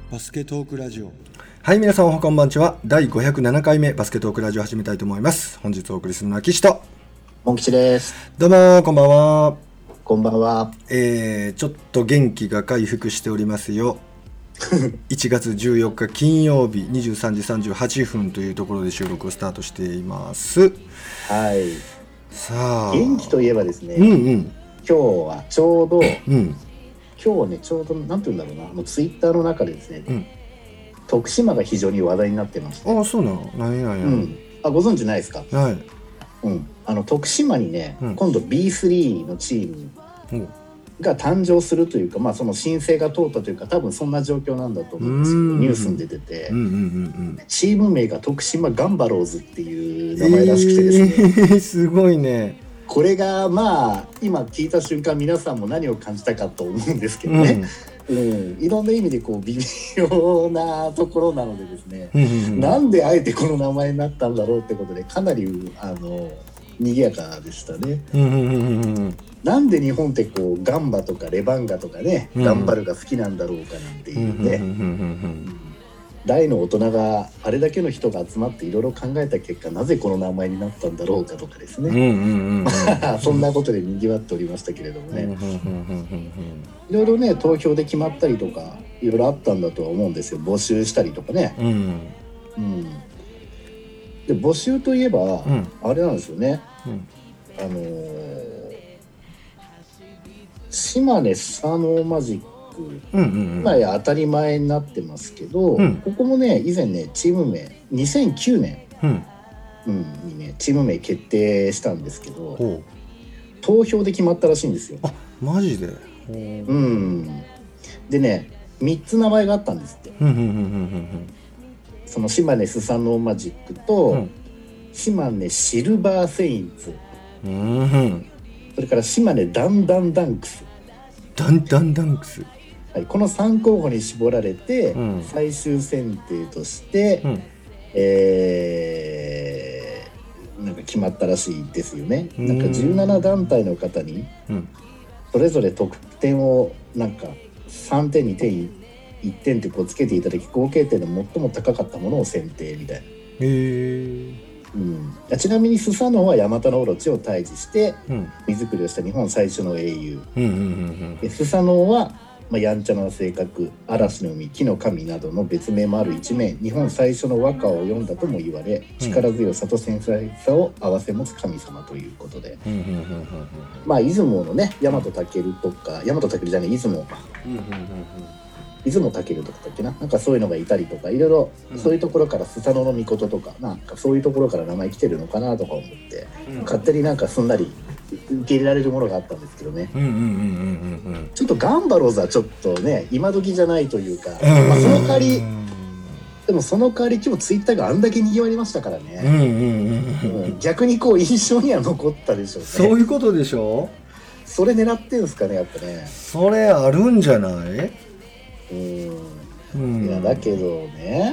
バスケトークラジオ。 はい、皆さんおはこんばんちは。第507回目バスケトークラジオ始めたいと思います。本日お送りするのは岸とモン吉です。 どうもこんばんは。 こんばんは。 ちょっと元気が回復しておりますよ。1月14日金曜日23時38分というところで収録をスタートしています。 はい。 さあ元気といえばですね、 今日はちょうど、 今日ねちょうどなんて言うんだろうな、ツイッターの中でですね、 うん、 徳島が非常に話題になってました。 ああ、そうなの。何や、 ご存知ないですか？ はい。 徳島にね、今度 B3 のチームが誕生するというか、その申請が通ったというか、多分そんな状況なんだと思うんですけど、ニュースに出てて、チーム名が徳島ガンバローズっていう名前らしくてですね、 すごいね。 これが今聞いた瞬間皆さんも何を感じたかと思うんですけどね、いろんな意味でこう微妙なところなのでですね、なんであえてこの名前になったんだろうってことでかなり賑やかでしたね。なんで日本ってこうガンバとかレバンガとかね、ガンバルが好きなんだろうかなんていうね、大の大人があれだけの人が集まっていろいろ考えた結果、なぜこの名前になったんだろうかとかですね、そんなことで賑わっておりましたけれどもね、いろいろね投票で決まったりとかいろいろあったんだとは思うんですよ。募集したりとかね、で募集といえば、あれなんですよね、島根スサノーマジック、今や当たり前になってますけど、ここもね以前ねチーム名2009年、にねチーム名決定したんですけど、投票で決まったらしいんですよ。 あ、マジで？ でね3つ名前があったんですって。その島根スサノーマジックと、島根シルバーセインツ、それから島根ダンダンダンクス。 ダンダンダンクス。 はい、この3候補に絞られて、最終選定として、なんか決まったらしいですよね。なんか17団体の方に、それぞれ得点をなんか3点2点1点ってこうつけていただき、合計点の最も高かったものを選定みたいな。ちなみにスサノオはヤマタノオロチを退治して、荷造りをした日本最初の英雄。スサノオはやんちゃな性格、嵐の海、木の神などの別名もある一面、日本最初の和歌を読んだとも言われ、力強さと繊細さを併せ持つ神様ということで、出雲のね大和武とか、大和武じゃない、出雲武とかだっけな、なんかそういうのがいたりとか、いろいろそういうところからスサノオノミコトとか、なんかそういうところから名前来てるのかなとか思って、勝手になんかすんなり受け入れられるものがあったんですけどね。ちょっとガンバローズはちょっとね今時じゃないというか、その代わりその代わり今日ツイッターがあんだけ賑わりましたからね、逆にこう印象には残ったでしょうね。 そういうことでしょ。 それ狙ってんすかね、やっぱね。 それあるんじゃない？ いやだけどね、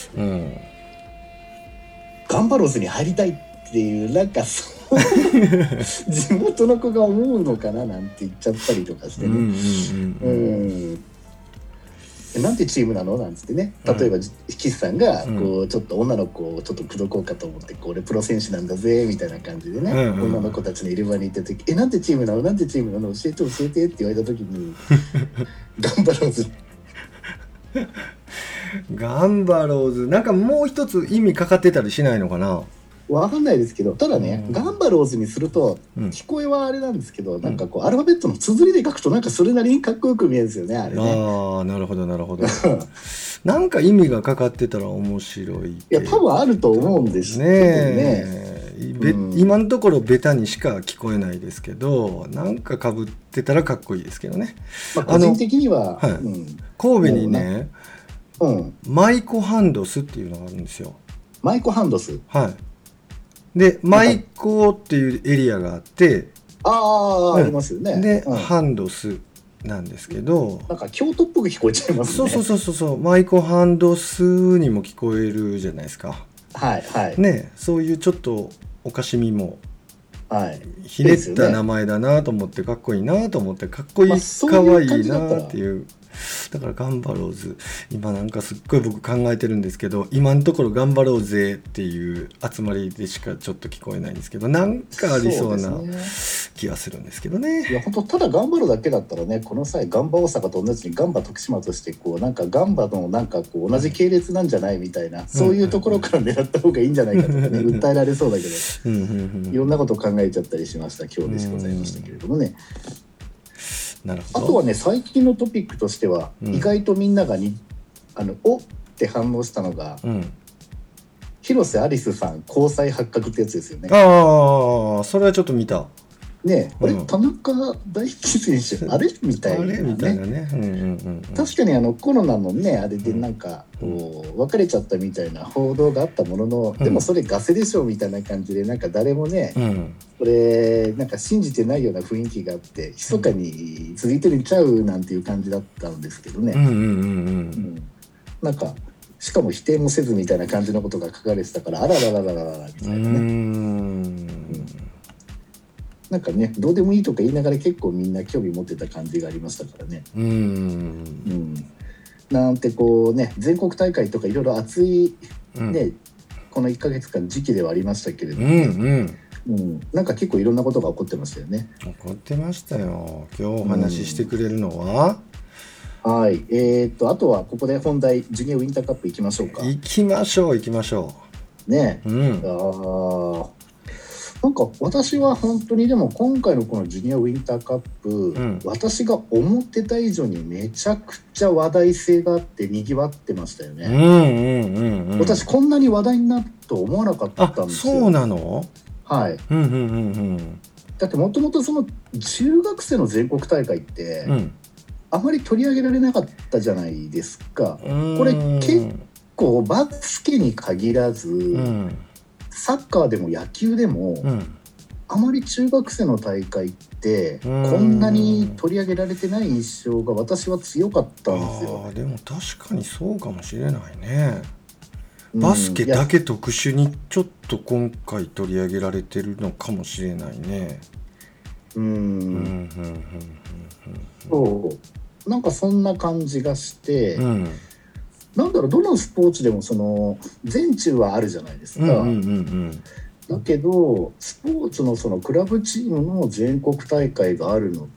ガンバローズに入りたいっていう、なんか地元の子が思うのかななんて言っちゃったりとかしてね、なんてチームなのなんつってね、例えば岸さんがこうちょっと女の子をちょっと口説こうかと思って、こう俺プロ選手なんだぜみたいな感じでね、女の子たちのいる場に行った時、なんてチームなのなんてチームなの教えてって言われた時にガンバローズガンバローズ、なんかもう一つ意味かかってたりしないのかな。 わかんないですけど、ただね、ガンバローズにすると、聞こえはあれなんですけど、なんかこうアルファベットの綴りで書くとなんかそれなりにかっこよく見えるんですよね、あれね。 ああ、なるほどなるほど。なんか意味がかかってたら面白い。いや多分あると思うんですね。 今のところベタにしか聞こえないですけど、なんか被ってたらかっこいいですけどね。 個人的には、 神戸にね、マイコハンドスっていうのがあるんですよ。 マイコハンドス。 でマイコっていうエリアがあって、 ありますよね。 で、ハンドスなんですけど、 なんか京都っぽく聞こえちゃいますね。 そうマイコハンドスにも聞こえるじゃないですか。ね、そういうちょっとおかしみもひねった名前だなと思って、かっこいいなと思って、かっこいい、かわいいなっていうだからガンバローズ今なんかすっごい僕考えてるんですけど、今のところガンバローゼっていう集まりでしかちょっと聞こえないんですけど、なんかありそうな気がするんですけどね。 いや本当ただガンバロだけだったらね、この際ガンバ大阪と同じにガンバ徳島としてこうなんかガンバのなんかこう同じ系列なんじゃないみたいな、そういうところから狙った方がいいんじゃないかとかね、訴えられそうだけどいろんなことを考えちゃったりしました今日でございましたけれどもね。 なるほど。 あとはね、最近のトピックとしては、意外とみんながおって反応したのが、広瀬アリスさん交際発覚ってやつですよね。 ああ、それはちょっと見た。 ねえ、あれ、田中大輝選手あれみたいなね。 あれみたいなね。 確かにコロナのねあれでなんかこう別れちゃったみたいな報道があったものの、でもそれガセでしょみたいな感じでなんか誰もね、これなんか信じてないような雰囲気があって密かに続いてるちゃうなんていう感じだったんですけどね。なんかしかも否定もせずみたいな感じのことが書かれてたから、あららららららみたいなね。なんかね、どうでもいいとか言いながら結構みんな興味持ってた感じがありましたからね。なんてこうね、全国大会とかいろいろ熱いね、この1ヶ月間時期ではありましたけれどもね、なんか結構いろんなことが起こってましたよね。 起こってましたよ。今日お話ししてくれるのは、 はい、あとはここで本題ジュニアウィンターカップ行きましょうか。 行きましょうね。なんか私は本当にでも今回のこのジュニアウィンターカップ、私が思ってた以上にめちゃくちゃ話題性があってにぎわってましたよね。私こんなに話題になると思わなかったんですよ。 そうなの？ はい。だってもともとその中学生の全国大会って、あまり取り上げられなかったじゃないですか。これ結構バスケに限らず、サッカーでも野球でも、あまり中学生の大会ってこんなに取り上げられてない印象が私は強かったんですよ。 でも確かにそうかもしれないね。バスケだけ特殊にちょっと今回取り上げられてるのかもしれないね。そうなんかそんな感じがして、なんだろう、どのスポーツでもその全中はあるじゃないですか。だけどスポーツのそのクラブチームの全国大会があるのって、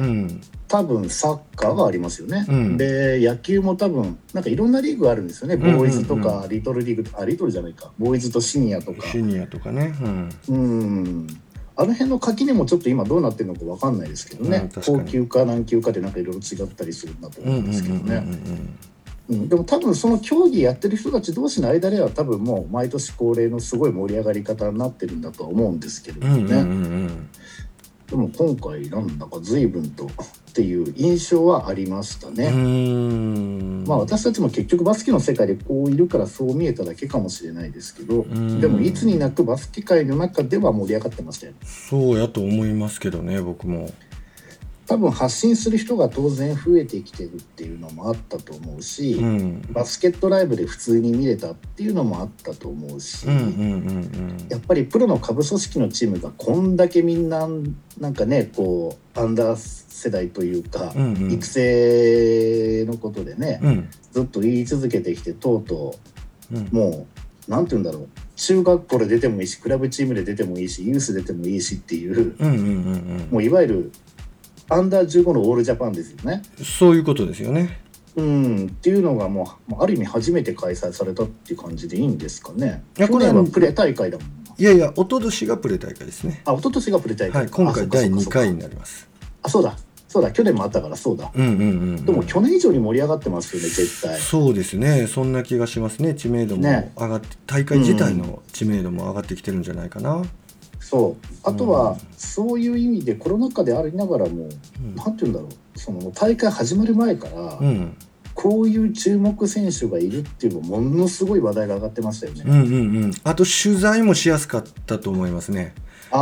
多分サッカーがありますよね。で野球も多分なんかいろんなリーグがあるんですよね。ボーイズとかリトルリーグとか、リトルじゃないか、ボーイズとシニアとかね。 あの辺の垣根もちょっと今どうなってるのか分かんないですけどね。高級か何級かでなんかいろいろ違ったりするんだと思うんですけどね。でも多分その競技やってる人たち同士の間では多分もう毎年恒例のすごい盛り上がり方になってるんだとは思うんですけれどもね。でも今回なんだか随分とっていう印象はありましたね。まあ私たちも結局バスケの世界でこういるからそう見えただけかもしれないですけど、でもいつになくバスケ界の中では盛り上がってましたよ。 そうやと思いますけどね、僕も。 多分発信する人が当然増えてきてるっていうのもあったと思うし、バスケットライブで普通に見れたっていうのもあったと思うし、やっぱりプロの下部組織のチームがこんだけみんななんかねこうアンダー世代というか、育成のことでね、ずっと言い続けてきてとうとう、もうなんて言うんだろう、中学校で出てもいいしクラブチームで出てもいいしユース出てもいいしっていう、もういわゆるアンダー15のオールジャパンですよね。 そういうことですよね。 っていうのがもうある意味初めて開催されたっていう感じでいいんですかね。去年はプレ大会だもん。 いやいや、一昨年がプレ大会ですね。 一昨年がプレ大会。 今回第2回になります。 そうだ去年もあったからそうだ。でも去年以上に盛り上がってますよね絶対。 そうですね、そんな気がしますね。知名度も上がって、大会自体の知名度も上がってきてるんじゃないかな。 あとはそういう意味でコロナ禍でありながらも、なんていうんだろう、その大会始まる前から、こういう注目選手がいるっていうのものすごい話題が上がってましたよね。 あと取材もしやすかったと思いますね。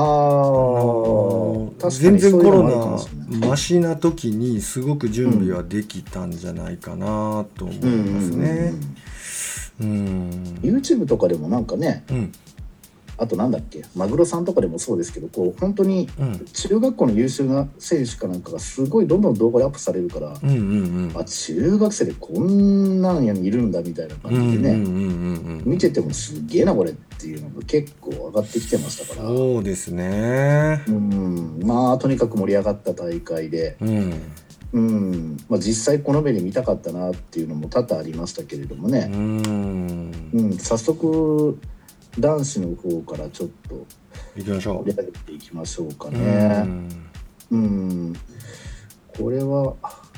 全然コロナマシな時にすごく準備はできたんじゃないかなと思いますね。 YouTube とかでもなんかね、 あとなんだっけ、マグロさんとかでもそうですけど、こう本当に中学校の優秀な選手かなんかがすごいどんどん動画でアップされるから、あ、中学生でこんなんやにいるんだみたいな感じでね、見ててもすげえなこれっていうのが結構上がってきてましたから。 そうですね。 まあとにかく盛り上がった大会で、まあ、実際この目で見たかったなっていうのも多々ありましたけれどもね。早速男子の方からちょっと行きましょう。 盛り上げていきましょうかね。これは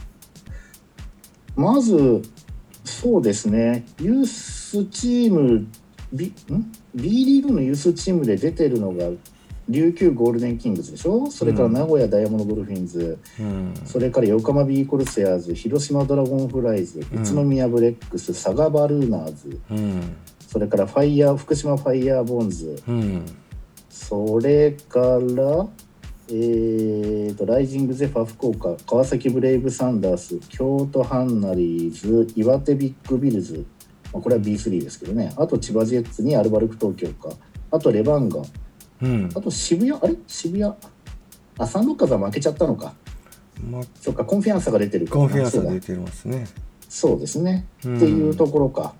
まずそうですね、ユースチーム B リーグのユースチームで出てるのが琉球ゴールデンキングスでしょ。それから名古屋ダイヤモンドドルフィンズ、それから横浜ビーコルセアーズ、広島ドラゴンフライズ、宇都宮ブレックス、佐賀バルーナーズ、それから福島ファイヤーボンズ、それからライジングゼファー福岡、川崎ブレイブサンダース、京都ハンナリーズ、岩手ビッグビルズ、これは B3 ですけどね。あと千葉ジェッツにアルバルク東京か、あとレバンガ、あと渋谷、サンロッカーズは負けちゃったのか、そっか、コンフィアンサが出てるか、 コンフィアンサが出てますね。 そうですね、っていうところか。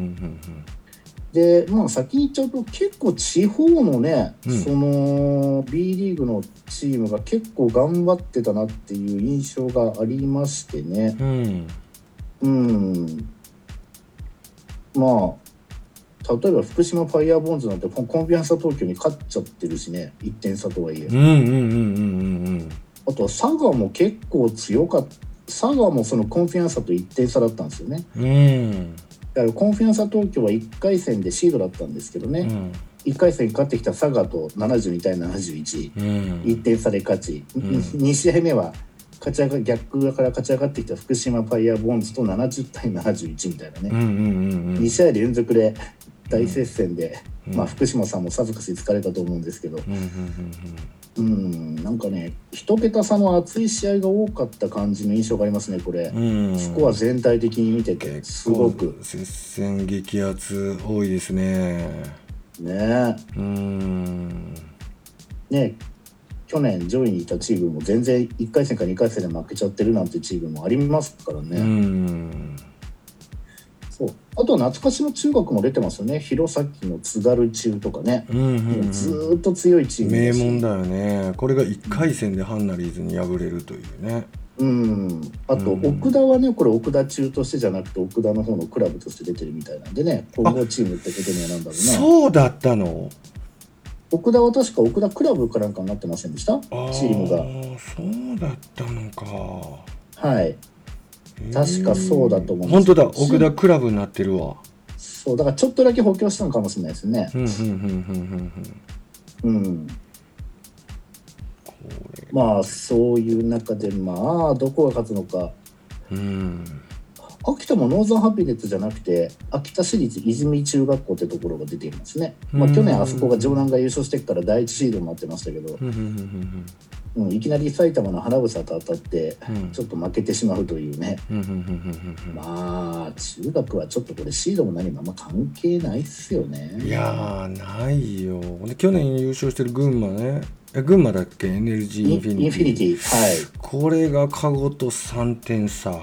で、まあ先に言っちゃうと結構地方のね、その B リーグのチームが結構頑張ってたなっていう印象がありましてね。まあ例えば福島ファイヤーボンズなんてコンフィアンサ東京に勝っちゃってるしね、1点差とはいえ。あと佐賀も結構強かった。佐賀もそのコンフィアンサと1点差だったんですよね。だからコンフィアンサ東京は1回戦でシードだったんですけどね、1回戦勝ってきた佐賀と72対71、1点差で勝ち、2試合目は逆から勝ち上がってきた福島ファイヤーボンズと70対71みたいなね、2試合連続で大接戦で、福島さんもさぞかし疲れたと思うんですけど、なんかね、1桁差の熱い試合が多かった感じの印象がありますね、これ。スコア全体的に見ててすごく接戦激アツ多いですね。 去年上位にいたチームも全然1回戦か2回戦で負けちゃってるなんてチームもありますからね。そうあとは懐かしの中学も出てますよね。弘前の津軽中とかね、ずっと強いチーム名門だよね。これが1回戦でハンナリーズに敗れるというね。 あと奥田はね、これ奥田中としてじゃなくて奥田の方のクラブとして出てるみたいなんでね、混合チームってことにはなんだろうな。 そうだったの。 奥田は確か奥田クラブかなんかになってませんでした？チームが。 そうだったのか。 はい、確かそうだと思うんです。本当だ、奥田クラブになってるわ。 そうだからちょっとだけ補強したのかもしれないですね。まあそういう中でまあどこが勝つのか。秋田もノーザンハピネッツじゃなくて秋田市立泉中学校ってところが出ていますね。去年あそこが城南が優勝してから第一シードになってましたけど、いきなり埼玉の花房と当たってちょっと負けてしまうというね。まあ中学はちょっとこれシードも何もあんま関係ないっすよね。 いやないよ。で去年優勝してる群馬ね、群馬だっけ、 NLG インフィニティ、これがカゴと3点差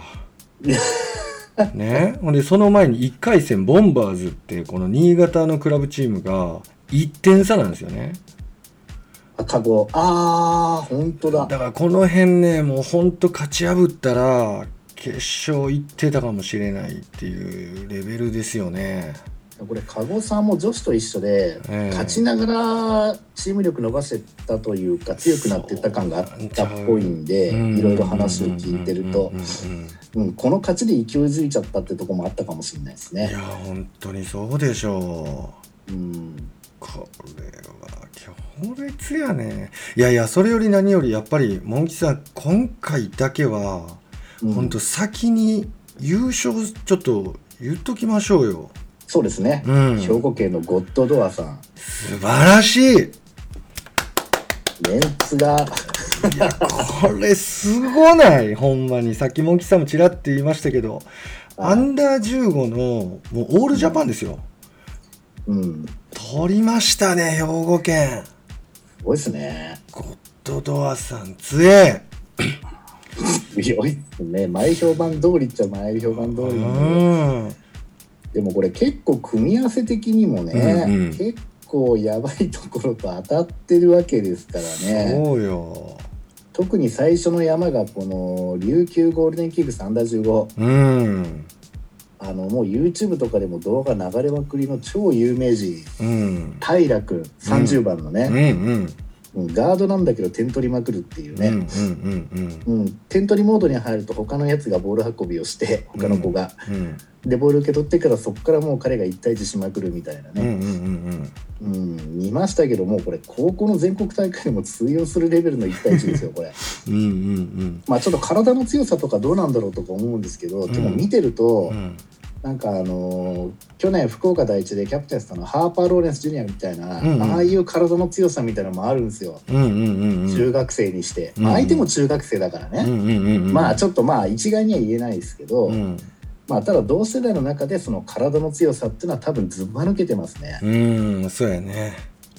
ね。ほんでその前に1回戦ボンバーズってこの新潟のクラブチームが1点差なんですよね。 カゴ、本当だ。 だからこの辺ね、もう本当勝ち破ったら決勝行ってたかもしれないっていうレベルですよね。 これ加護さんも女子と一緒で、勝ちながらチーム力伸ばせたというか強くなっていった感があったっぽいんで、いろいろ話を聞いてると、この勝ちで勢いづいちゃったってとこもあったかもしれないですね。 いや本当にそうでしょう。これは強烈やね。いやそれより何よりやっぱりモンキさん今回だけは、本当先に優勝ちょっと言っときましょうよ。 そうですね、兵庫県のゴッドドアさん素晴らしい。 メンツがいやこれすごない。ほんまにさっきモンキさんもちらって言いましたけど、アンダー15のもうオールジャパンですよ。ト取りましたね、兵庫県。 すごいですね。 ゴッドドアさん強え。 強いっすね。前評判通りっちゃ前評判通りなんで。でもこれ結構組み合わせ的にもね、結構やばいところと当たってるわけですからね。 そうよ。 特に最初の山がこの琉球ゴールデンキングスアンダー15。もう YouTube とかでも動画流れまくりの超有名人、平君30番のね、ガードなんだけど点取りまくるっていうね、点取りモードに入ると他のやつがボール運びをして他の子が、でボール受け取ってからそこからもう彼が1対1しまくるみたいなね、見ましたけどもうこれ高校の全国大会でも通用するレベルの1対1ですよこれ。まあちょっと体の強さとかどうなんだろうとか思うんですけど、でも見てると、なんか去年福岡第一でキャプテンしたのハーパー・ローレンス・ジュニアみたいな、ああいう体の強さみたいなのもあるんですよ、中学生にして、相手も中学生だからね、まあちょっとまあ一概には言えないですけど、まあただ同世代の中でその体の強さっていうのは多分ずば抜けてますね。 そうやね。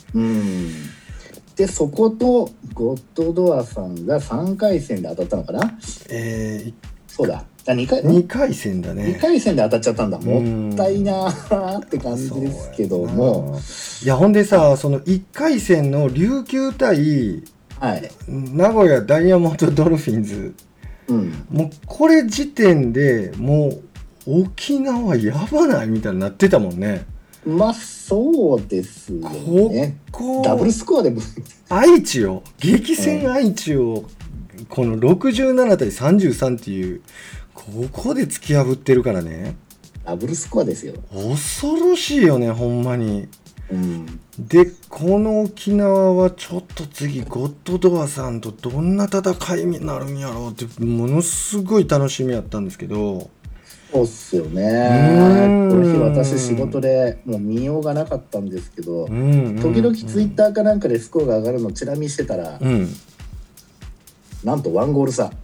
でそことゴッドドアさんが3回戦で当たったのかな。そうだ、2回戦だね。2回戦で当たっちゃったんだ。もったいなーって感じですけども、 いやほんでさ、その1回戦の琉球対、名古屋ダイヤモンドドルフィンズ、もうこれ時点でもう沖縄やばないみたいになってたもんね。 まあそうですよね。ダブルスコアで愛知よ、激戦愛知をこの67対33っていうここで突き破ってるからね。 ダブルスコアですよ。 恐ろしいよねほんまに。でこの沖縄はちょっと次ゴッドドアさんとどんな戦いになるんやろうってものすごい楽しみやったんですけど。 そうっすよね。この日私仕事でもう見ようがなかったんですけど、時々ツイッターかなんかでスコアが上がるのチラ見してたら、なんと1ゴール差。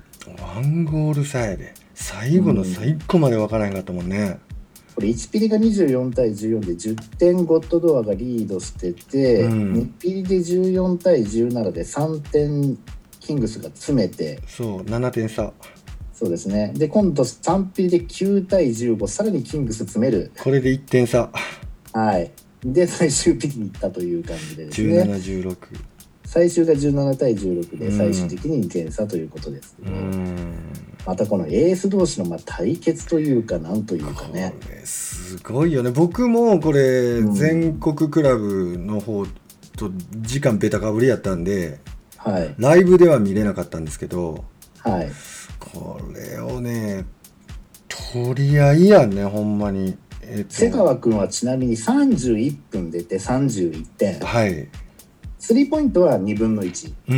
1ゴール差やで。最後の最後まで分からへんかったもんね。 これ1ピリが24対14で10点ゴッドドアがリードしてて、2ピリで14対17で3点キングスが詰めて、 そう7点差。 そうですね。で今度3ピリで9対15、さらにキングス詰める。 これで1点差。 はい。で最終ピリに行ったという感じでですね。 17、16。 最終が17対16で最終的に2点差ということですけど、またこのエース同士の対決というかなんというかね、 これすごいよね。僕もこれ全国クラブの方と時間ベタかぶりやったんで、ライブでは見れなかったんですけど、これをね取り合いやねほんまに。 瀬川君はちなみに31分出て31点。スリーポイントは2分の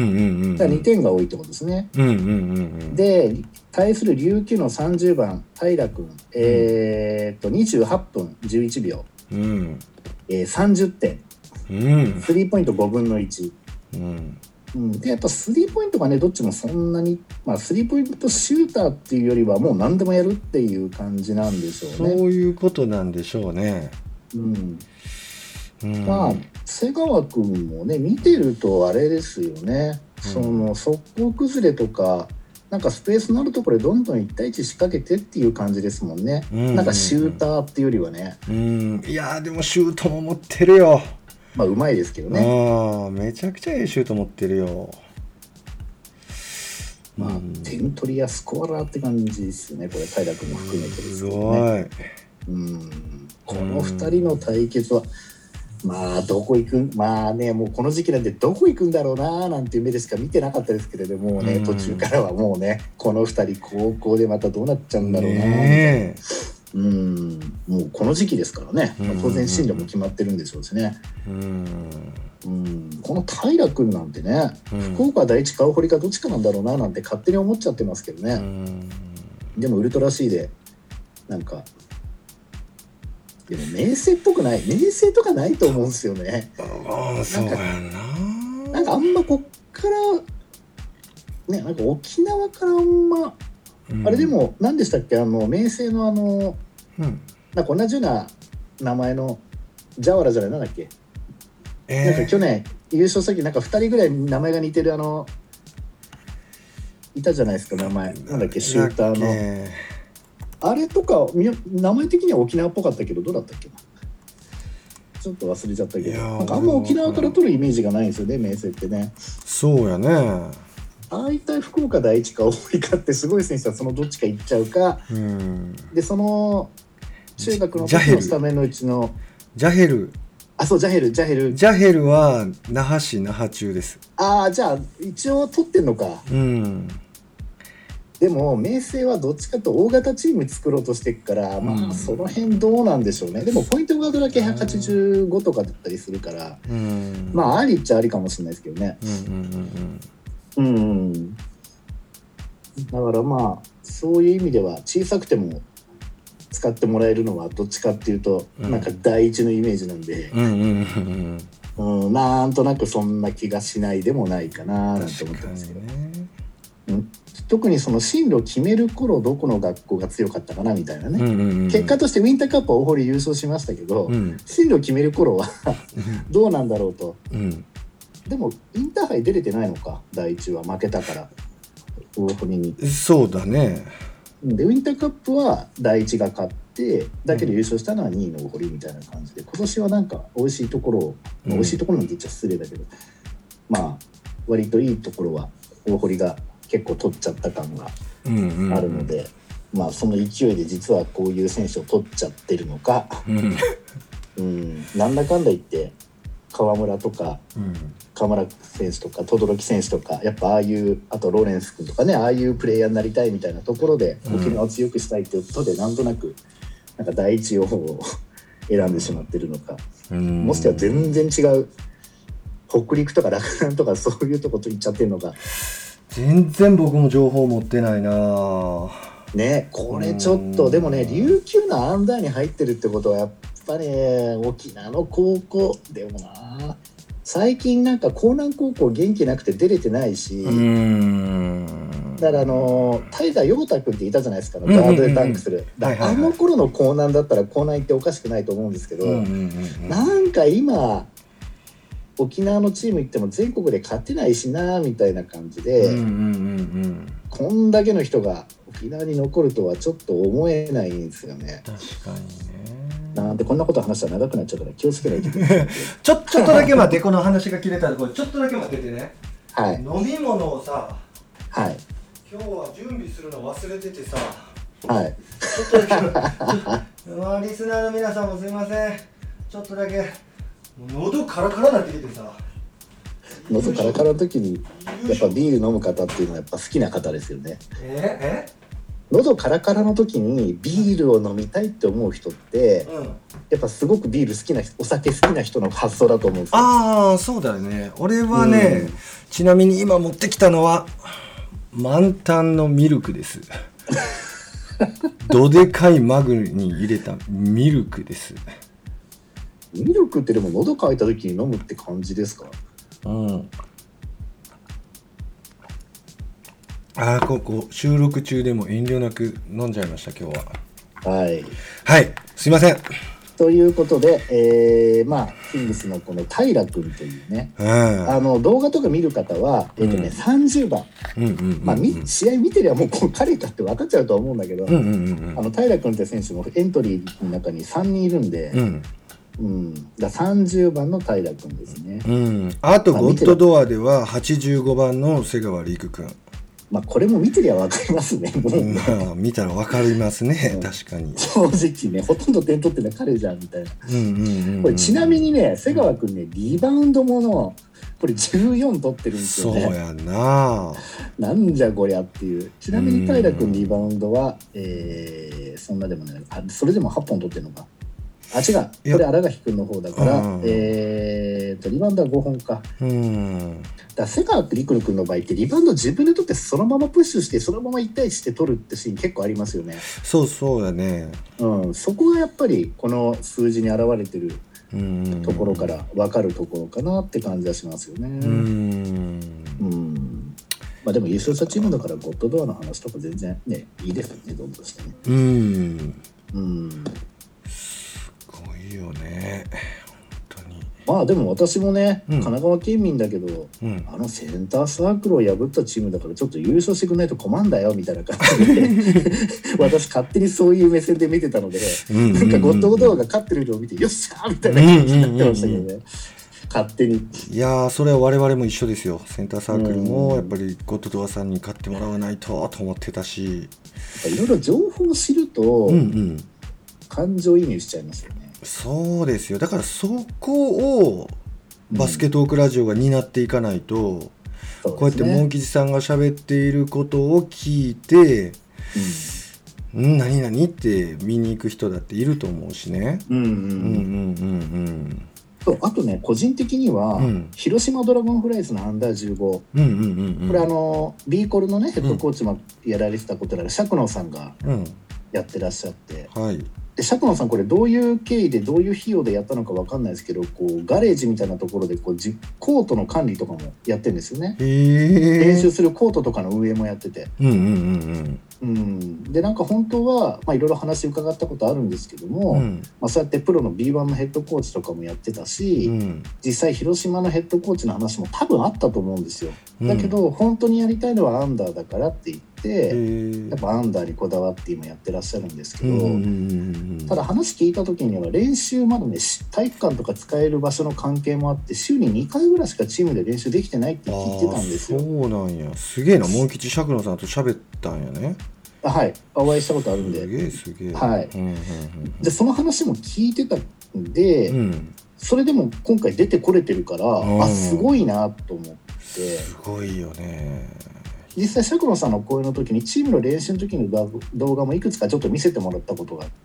1、だから2点が多いってことですね。で対する琉球の30番平君、28分11秒、30点、スリーポイント5分の1、でやっぱスリーポイントがねどっちもそんなに、スリーポイントシューターっていうよりはもう何でもやるっていう感じなんでしょうね。 そういうことなんでしょうね。 瀬川君もね見てるとあれですよね、その速攻崩れとかなんかスペースのあるところでどんどん1対1仕掛けてっていう感じですもんね。なんかシューターっていうよりはね。 いやでもシュートも持ってるよ。 うまいですけどね。 めちゃくちゃいいシュート持ってるよ。 点取りやスコアラーって感じですよねこれ平君も含めてですけどね。この2人の対決はどこ行くもうこの時期なんでどこ行くんだろうななんていう目でしか見てなかったですけれどもね、途中からはもうねこの2人高校でまたどうなっちゃうんだろうなみたいな。もうこの時期ですからね、当然進路も決まってるんでしょうしね。この平君なんてね、福岡第一顔堀かどっちかなんだろうななんて勝手に思っちゃってますけどね。でもウルトラ C でなんかでも明星っぽくない、明星とかないと思うんですよね。なんかあんまこっからね、なんか沖縄からあんま、あれでも何でしたっけ、明星のなんか同じような名前のジャワラじゃないなんだっけ、 なんか去年優勝した時なんか2人ぐらい名前が似てるいたじゃないですか、名前なんだっけ、シューターのあれとか名前的には沖縄っぽかったけどどうだったっけな、ちょっと忘れちゃったけど、なんかあんま沖縄から取るイメージがないんですよね、明星ってね。 そうやね。 大体福岡第一か大森かってすごい選手はそのどっちか行っちゃうか、でその中学の時のスタメンのうちのジャヘル、 そうジャヘルは那覇中です。 じゃあ一応取ってんのか。でも明星はどっちかと大型チーム作ろうとしてるから、まあその辺どうなんでしょうね。でもポイントガードだけ185とかだったりするから、まあありっちゃありかもしれないですけどね。だからまあそういう意味では小さくても使ってもらえるのはどっちかっていうと、なんか第一のイメージなんで、なんとなくそんな気がしないでもないかななんて思ってますけど、特にその進路を決める頃どこの学校が強かったかなみたいなね、結果としてウィンターカップは大堀優勝しましたけど、進路を決める頃はどうなんだろうと、でもインターハイ出れてないのか、第一は負けたから大堀に。 そうだね。 でウィンターカップは第一が勝ってだけど優勝したのは2位の大堀みたいな感じで、今年はなんか美味しいところ美味しいところに言っちゃ失礼だけど、まあ割といいところは大堀が結構取っちゃった感があるので、まあその勢いで実はこういう選手を取っちゃってるのか、なんだかんだ言って河村とか、河村選手とか轟選手とかやっぱああいうあとローレンス君とかね、ああいうプレイヤーになりたいみたいなところで沖縄を強くしたいっていうことで、なんとなくなんか第一用法を選んでしまってるのか、もしくは全然違う北陸とか洛南とかそういうとこと言っちゃってるのか。 全然僕も情報持ってないなね。これちょっとでもね、琉球のアンダーに入ってるってことはやっぱり沖縄の高校でもな、最近なんか江南高校元気なくて出れてないし、だからタイガー陽太君っていたじゃないですか、ガードでタンクする、あの頃の江南だったら江南行っておかしくないと思うんですけど、なんか今沖縄のチーム行っても全国で勝てないしなみたいな感じで、こんだけの人が沖縄に残るとはちょっと思えないんですよね。 確かにね。 なんでこんなこと話したら長くなっちゃうから気をつけないといけないちょっとだけ待って、この話が切れたらこれちょっとだけ待っててね、飲み物をさ、今日は準備するの忘れててさ、ちょっとだけリスナーの皆さんもすいません、ちょっとだけ喉カラカラになってきてさ、 喉カラカラの時にやっぱビール飲む方っていうのはやっぱ好きな方ですよね。喉カラカラの時にビールを飲みたいって思う人って、やっぱすごくビール好きな人、お酒好きな人の発想だと思うんですよ。 そうだよね。俺はね、ちなみに今持ってきたのは満タンのミルクですどでかいマグに入れたミルクです。 ミルクってでも喉乾いた時に飲むって感じですか？ ここ収録中でも遠慮なく飲んじゃいました今日は。はい、すいません。 ということで、まあキングスのこの平君というね、動画とか見る方は30番、まあ試合見てりゃもう彼かって分かっちゃうとは思うんだけど、平君って選手もエントリーの中に3人いるんで、だ30番の平君ですね。 あとゴッドドアでは85番の瀬川陸君。 まあこれも見てりゃ分かりますね。 見たら分かりますね、確かに。 正直ね、ほとんど点取ってるのは彼じゃんみたいな。これちなみにね、瀬川君ね、リバウンドものこれ14取ってるんですよね。 そうやな。 なんじゃこりゃっていう。ちなみに平君リバウンドは、そんなでもない。それでも8本取ってるのか。違う、これ荒垣君の方だから、リバウンドは5本か。だ瀬川陸君の場合ってリバウンド自分で取ってそのままプッシュしてそのまま1対1して取るってシーン結構ありますよね。 そうやね。 そこがやっぱりこの数字に表れてるところから分かるところかなって感じはしますよね。まあでも優勝したチームだからゴッドドアの話とか全然ねいいですよね、どんどんしてね。 すごいよね本当に。 まあでも私もね、神奈川県民だけど、あのセンターサークルを破ったチームだからちょっと優勝してくれないと困んだよみたいな感じで私勝手にそういう目線で見てたので、なんかゴッドゴドが勝ってるのを見てよっしゃーみたいな感じになってましたけどね、勝手に。 いやー、それは我々も一緒ですよ。センターサークルもやっぱりゴッドドアさんに勝ってもらわないとと思ってたし、 いろいろ情報を知ると、感情移入しちゃいますよね。 そうですよ。だからそこをバスケトークラジオが担っていかないと、こうやってモン吉さんが喋っていることを聞いて、何々って見に行く人だっていると思うしね。 あとね、個人的には、広島ドラゴンフライズのアンダー15、これビーコルのねヘッドコーチもやられてたことである釈野さんがやってらっしゃって、で釈野さんこれどういう経緯でどういう費用でやったのか分かんないですけど、こうガレージみたいなところでこうコートの管理とかもやってるんですよね。練習するコートとかの運営もやってて、でなんか本当はいろいろ話伺ったことあるんですけども、そうやってプロの B1 のヘッドコーチとかもやってたし、実際広島のヘッドコーチの話も多分あったと思うんですよ。だけど本当にやりたいのはアンダーだからって言って、やっぱアンダーにこだわって今やってらっしゃるんですけど、ただ話聞いた時には練習まだね体育館とか使える場所の関係もあって週に2回ぐらいしかチームで練習できてないって聞いてたんですよ。 そうなんや。すげえな。モン吉釈野さんと喋ったんやね。 はい、お会いしたことあるんで。 すげえ。 はい。でその話も聞いてたんで、それでも今回出てこれてるから、すごいなと思って。 すごいよね。 実際釈野さんの講演の時にチームの練習の時の動画もいくつかちょっと見せてもらったことがあって、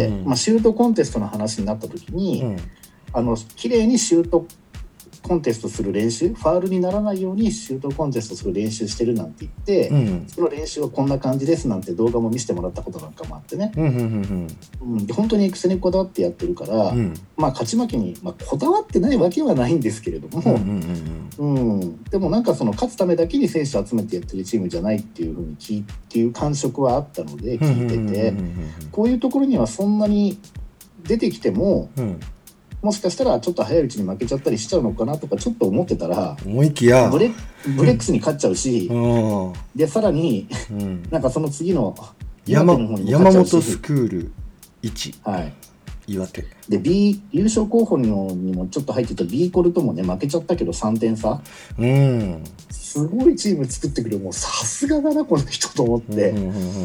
シュートコンテストの話になった時に、綺麗にシュートコンテストする練習、ファウルにならないようにシュートコンテストする練習してるなんて言って、その練習はこんな感じですなんて動画も見せてもらったことなんかもあってね、で本当にエクセにこだわってやってるから、勝ち負けに、こだわってないわけはないんですけれども、でもなんかその勝つためだけに選手を集めてやってるチームじゃないっていう風にっていう感触はあったので聞いてて、こういうところにはそんなに出てきても、もしかしたらちょっと早いうちに負けちゃったりしちゃうのかなとかちょっと思ってたら、 思いきやブレックスに勝っちゃうし、でさらに、なんかその次の山本スクール1、岩手で優勝候補にもちょっと入ってた B コルともね負けちゃったけど3点差、すごいチーム作ってくる、もうさすがだなこの人と思って、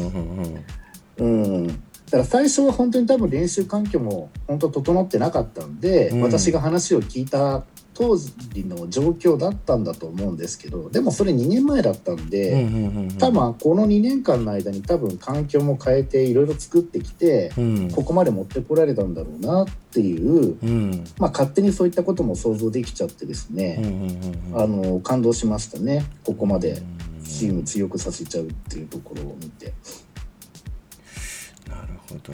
だから最初は本当に多分練習環境も本当整ってなかったんで、私が話を聞いた当時の状況だったんだと思うんですけど、でもそれ2年前だったんで、多分この2年間の間に多分環境も変えていろいろ作ってきて、ここまで持ってこられたんだろうなっていう、勝手にそういったことも想像できちゃってですね、感動しましたね。ここまでチーム強くさせちゃうっていうところを見て。 なるほど。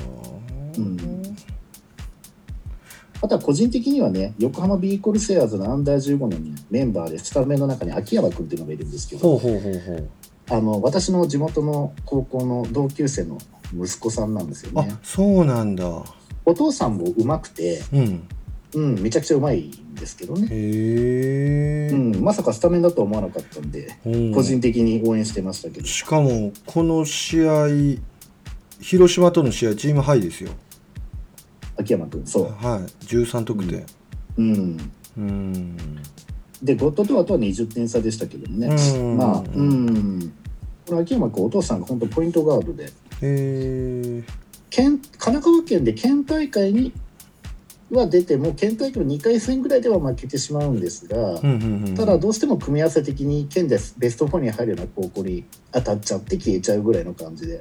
あとは個人的にはね、横浜ビーコルセアーズのアンダー15のメンバーでスタメンの中に秋山君っていうのがいるんですけど、私の地元の高校の同級生の息子さんなんですよね。 そうなんだ。 お父さんもうまくて、めちゃくちゃうまいんですけどね。まさかスタメンだとは思わなかったんで、個人的に応援してましたけど。 しかもこの試合広島との試合チームハイですよ。 秋山君、そう、 13得点。 でゴッドドアとは20点差でしたけどね。この秋山君お父さんが本当ポイントガードで、神奈川県で県大会には出ても県大会の2回戦ぐらいでは負けてしまうんですが、ただどうしても組み合わせ的に県でベスト4に入るような高校に当たっちゃって消えちゃうぐらいの感じで、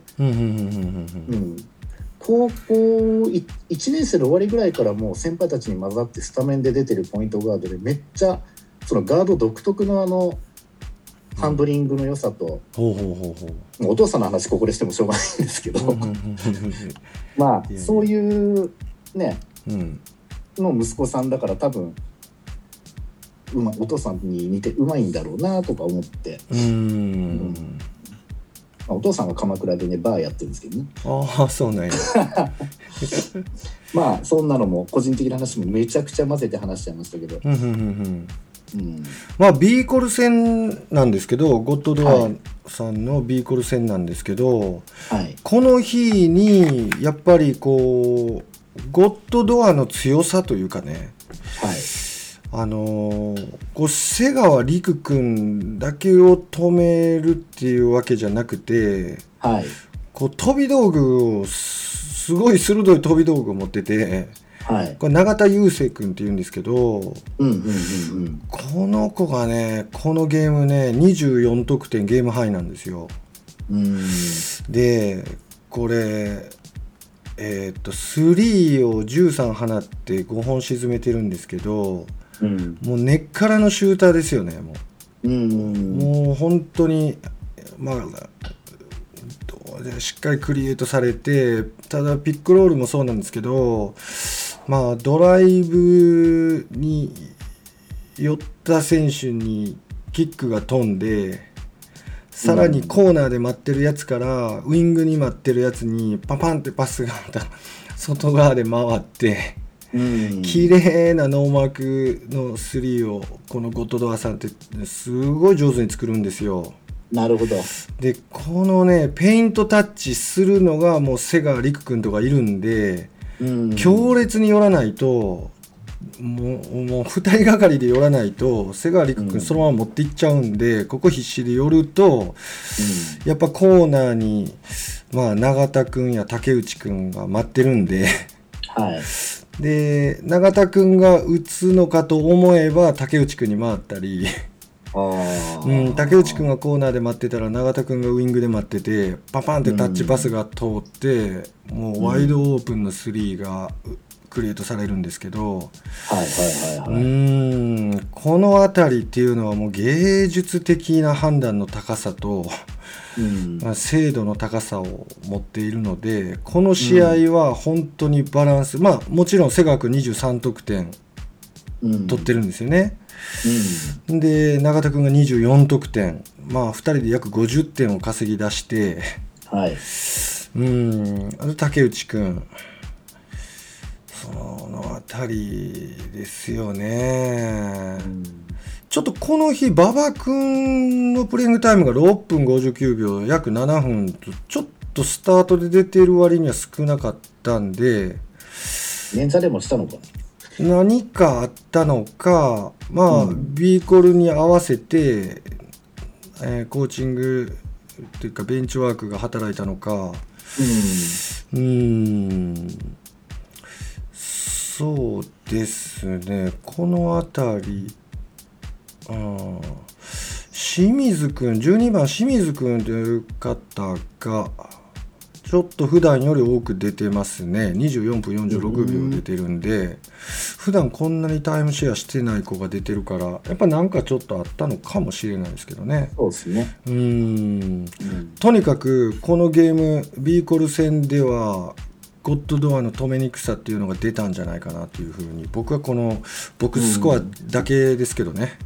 高校1年生の終わりぐらいからもう先輩たちに混ざってスタメンで出てるポイントガードで、めっちゃそのガード独特のハンドリングの良さと、お父さんの話ここでしてもしょうがないんですけどそういうね、の息子さんだから多分お父さんに似てうまいんだろうなとか思って、 お父さんが鎌倉でねバーやってるんですけどね。 ああそうなんやまあそんなのも個人的な話もめちゃくちゃ混ぜて話しちゃいましたけど、 まあビーコル戦なんですけど、ゴッドドアさんのビーコル戦なんですけど、はい、この日にやっぱりこうゴッドドアの強さというかね、はい、こう瀬川陸君だけを止めるっていうわけじゃなくて、はい、こう飛び道具をすごい鋭い飛び道具を持ってて、はい、これ永田雄星君っていうんですけど、この子がねこのゲームね24得点ゲームハイなんですよ。でこれ3を13放って5本沈めてるんですけど、もう根っからのシューターですよね。もう本当にまあしっかりクリエイトされて、ただピックロールもそうなんですけど、まあドライブに寄った選手にキックが飛んで、さらにコーナーで待ってるやつからウイングに待ってるやつにパパンってパスがまた外側で回って、綺麗なノーマークの3をこのゴッドドアさんってすごい上手に作るんですよ。 なるほど。 でこのねペイントタッチするのがもう瀬川陸君とかいるんで、強烈に寄らないともう2人がかりで寄らないと瀬川陸君そのまま持っていっちゃうんで、ここ必死で寄ると、やっぱコーナーに、まあ、永田君や竹内君が待ってるんで、はい、で永田君が打つのかと思えば竹内君に回ったり竹内君がコーナーで待ってたら永田君がウイングで待っててパパンってタッチパスが通って、もうワイドオープンの3がクリエイトされるんですけど、この辺りっていうのはもう芸術的な判断の高さと、精度の高さを持っているので、この試合は本当にバランス、まあもちろん瀬川君23得点取ってるんですよね。で永田君が24得点、まあ2人で約50点を稼ぎ出して、はい、あと竹内君、その辺りですよね。ちょっとこの日馬場君のプレイングタイムが6分59秒約7分とちょっとスタートで出ている割には少なかったんで、 捻挫でもしたのかな、 何かあったのか、まあ、ビーコルに合わせて、コーチングというかベンチワークが働いたのか、そうですね、この辺り、清水くん、12番清水くんという方がちょっと普段より多く出てますね。24分46秒出てるんで、普段こんなにタイムシェアしてない子が出てるから、やっぱなんかちょっとあったのかもしれないですけどね。 そうですね。 とにかくこのゲームビーコル戦ではゴッドドアの止めにくさっていうのが出たんじゃないかなというふうに、僕はこのボックススコアだけですけどね、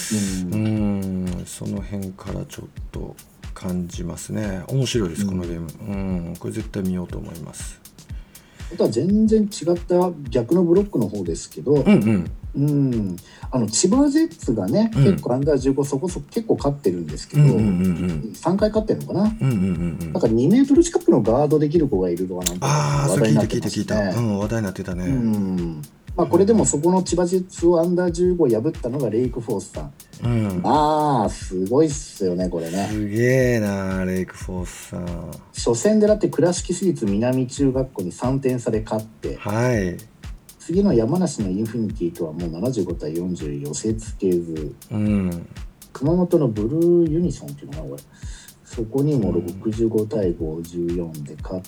その辺からちょっと感じますね。面白いです、このゲーム。これ絶対見ようと思います。 あとは全然違った逆のブロックの方ですけど、千葉ジェッツがね、結構アンダー15そこそこ結構勝ってるんですけど、3回勝ってるのかな、なんか2メートル近くのガードできる子がいるのはなんか話題になってましたね。 話題になってたね。 まあ、これでもそこの千葉ジェッツをアンダー15を破ったのがレイクフォースさん。まあすごいっすよねこれね。 すげえなレイクフォースさん。 初戦でだって倉敷市立南中学校に3点差で勝って、次の山梨のインフィニティとはもう75対40寄せつけず、熊本のブルーユニソンっていうのかなこれ、そこにも65対54で勝って、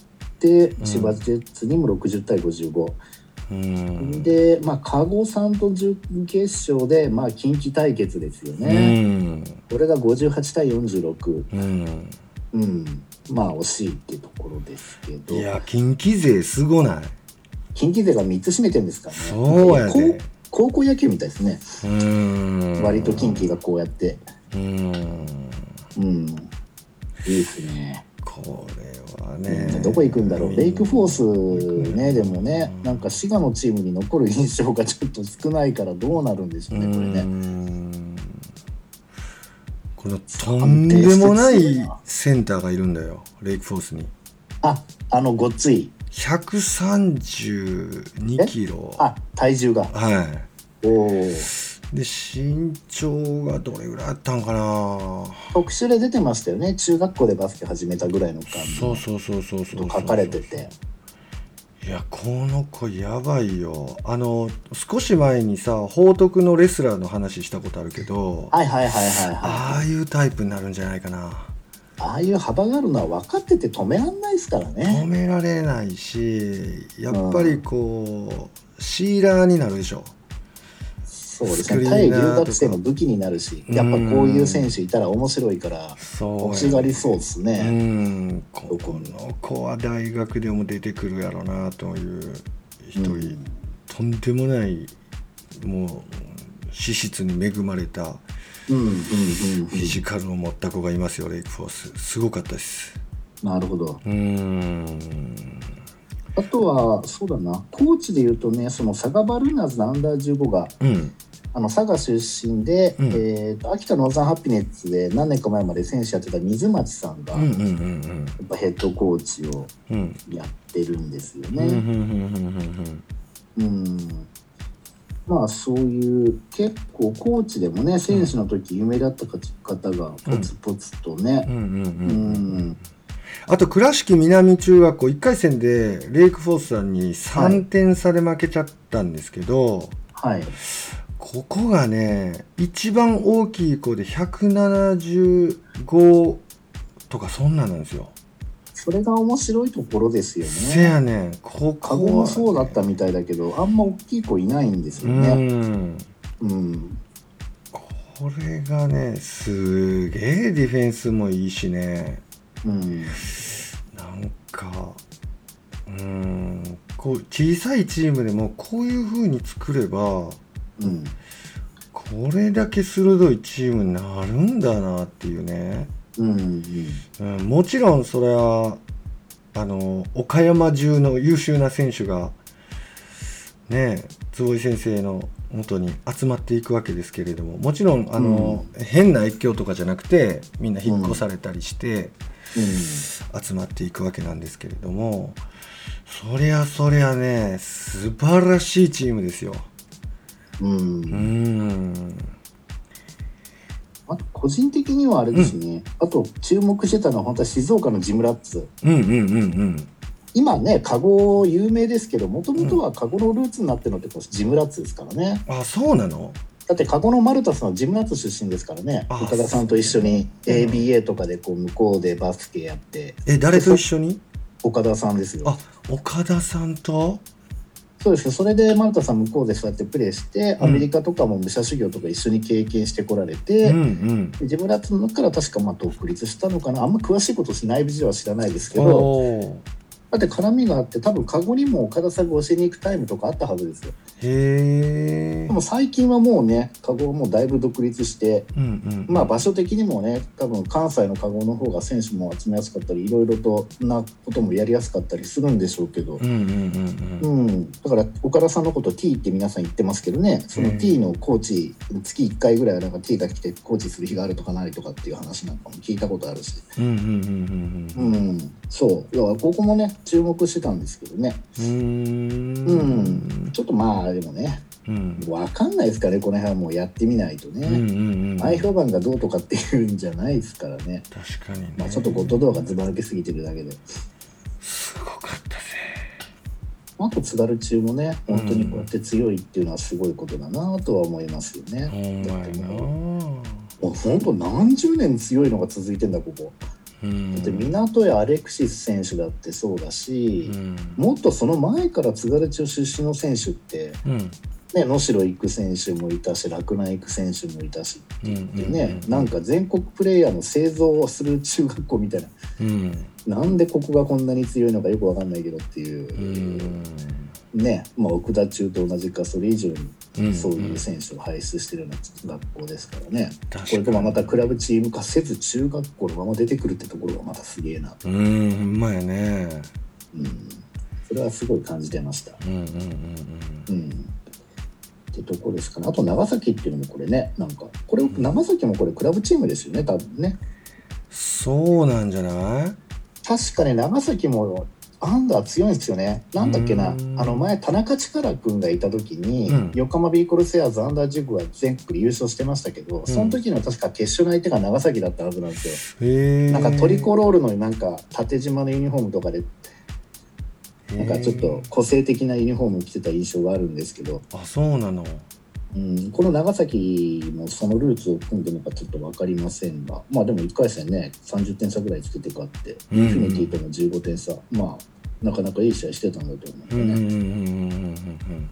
千葉ジェッツにも60対55。で、まあ、加護さんと準決勝で、まあ、近畿対決ですよね。これが58対46。まあ惜しいってところですけど。 いや近畿勢すごない？ 近畿勢が3つ占めてるんですからね。 そうやね。 高校野球みたいですね。割と近畿がこうやって。いいですね。 これはね、 どこ行くんだろう。レイクフォースね、でもね、なんか滋賀のチームに残る印象がちょっと少ないからどうなるんでしょうね、これね。 このとんでもないセンターがいるんだよ、レイクフォースに。 ごっつい 132キロ。 体重が。 はい。で身長がどれぐらいあったんかな。 特集で出てましたよね。中学校でバスケ始めたぐらいの感じ。 そう書かれてて。 いやこの子やばいよ。少し前にさ報徳のレスラーの話したことあるけど、ああいうタイプになるんじゃないかな。 ああいう幅があるのは分かってて止められないですからね。 止められないし、やっぱりこう、シーラーになるでしょ。 そうですね。対留学生の武器になるし、やっぱこういう選手いたら面白いから欲しがりそうですね。 この子は大学でも出てくるやろなという一人、とんでもないもう資質に恵まれたフィジカルを持った子がいますよ、レイクフォース。すごかったです。 なるほど。あとはそうだな、コーチでいうとね、その佐賀バルーナーズのアンダー15が、佐賀出身で、秋田ノーザンハピネッツで何年か前まで選手やってた水町さんが、やっぱヘッドコーチをやってるんですよね。まあそういう結構コーチでもね、選手の時有名だった方がポツポツとね。 あと倉敷南中学校1回戦でレイクフォースさんに3点差で負けちゃったんですけど、ここがね一番大きい子で175とかそんなんですよ。 それが面白いところですよね。 せやねん、ここはね、 カゴもそうだったみたいだけど、あんま大きい子いないんですよね。 これがねすげえディフェンスもいいしね。なんかこう小さいチームでもこういう風に作れば、これだけ鋭いチームになるんだなっていうね。もちろんそれは岡山中の優秀な選手がね坪井先生の元に集まっていくわけですけれども、もちろん変な越境とかじゃなくてみんな引っ越されたりして、集まっていくわけなんですけれども、そりゃね素晴らしいチームですよ。 あと個人的にはあれですね、あと注目してたのは本当は静岡のジムラッツ。今ねカゴ有名ですけど、もともとはカゴのルーツになってるのってジムラッツですからね。 そうなの？ だってカゴのマルタスのジムラッツ出身ですからね。岡田さんと一緒に ABA とかでこう向こうでバスケやって。 誰と一緒に？ 岡田さんですよ。 岡田さんと？ そうです。それでマルタさん向こうでそうやってプレーして、アメリカとかも武者修行とか一緒に経験してこられて、ジムラッツのから確か独立したのかな。あんま詳しいこと内部事情は知らないですけど、だって絡みがあって、多分カゴにも岡田さんが教えに行くタイムとかあったはずですよ。でも最近はもうねカゴはもうだいぶ独立して、まあ場所的にもね多分関西のカゴの方が選手も集めやすかったり、いろいろとなこともやりやすかったりするんでしょうけど、だから岡田さんのこと T って皆さん言ってますけどね、その T のコーチ月1回ぐらいはなんか T が来てコーチする日があるとかないとかっていう話なんかも聞いたことあるし、そうだからここもね注目してたんですけどね。ちょっとまあでもね、分かんないですかね、この辺はもうやってみないとね。前評判がどうとかっていうんじゃないですからね。 確かにね。 まあちょっとゴッドドアがずば抜けすぎてるだけで。 すごかったぜ。 あと津軽中もね本当にこうやって強いっていうのはすごいことだなとは思いますよね。だってもう本当何十年強いのが続いてんだここ。だって港やアレクシス選手だってそうだし、もっとその前から津軽中出身の選手って、能代育選手もいたし洛南育選手もいたしって言ってね、なんか全国プレーヤーの製造をする中学校みたいな、なんでここがこんなに強いのかよく分かんないけどっていう、 ね、まあ、奥田中と同じかそれ以上にそういう選手を輩出してるような学校ですからね、これともまたクラブチーム化せず中学校のまま出てくるってところがまたすげえなと。 ほんまやね。 それはすごい感じてました。ってとこですかね。あと長崎っていうのもこれね、なんかこれ長崎もこれクラブチームですよね、多分ね。 そうなんじゃない？ 確かね、長崎もアンダー強いんですよね。なんだっけな、前田中力君がいた時に、横浜ビーコルセアーズアンダー10は全国で優勝してましたけど、その時の確か決勝の相手が長崎だったはずなんですよ。なんかトリコロールのなんか縦縞のユニフォームとかでなんかちょっと個性的なユニフォームを着てた印象があるんですけど。 あ、そうなの。 この長崎もそのルーツを組んでるのかちょっと分かりませんが、まあでも1回戦ね30点差ぐらいつけて勝ってインフィニティとの15点差、まあなかなかいい試合してたんだと思うんだよね。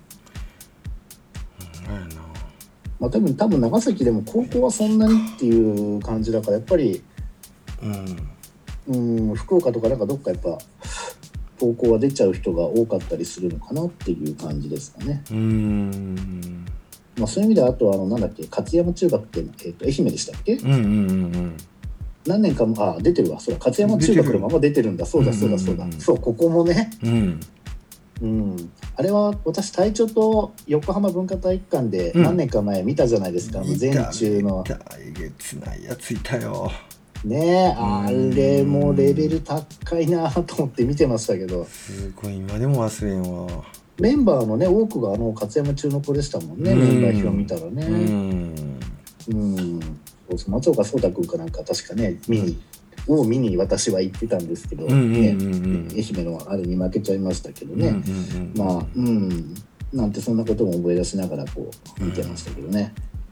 まあ多分長崎でも高校はそんなにっていう感じだからやっぱり福岡とかなんかどっかやっぱ高校は出ちゃう人が多かったりするのかなっていう感じですかね。まあ、そういう意味ではあとなんだっけ勝山中学って、愛媛でしたっけ？何年かも出てるわ。そうだ、勝山中学のまま出てるんだ。そうだ、そうここもね、あれは私隊長と横浜文化体育館で何年か前見たじゃないですか。全中のえげつないやついたよね。あれもレベル高いなと思って見てましたけど、 すごい今でも忘れんわ。 メンバーのね多くが勝山中の子でしたもんね。メンバー表見たらね。松岡壮太君かなんか確かね見に私は行ってたんですけど、愛媛のあれに負けちゃいましたけどね。まあなんてそんなことも思い出しながらこう見てましたけどね。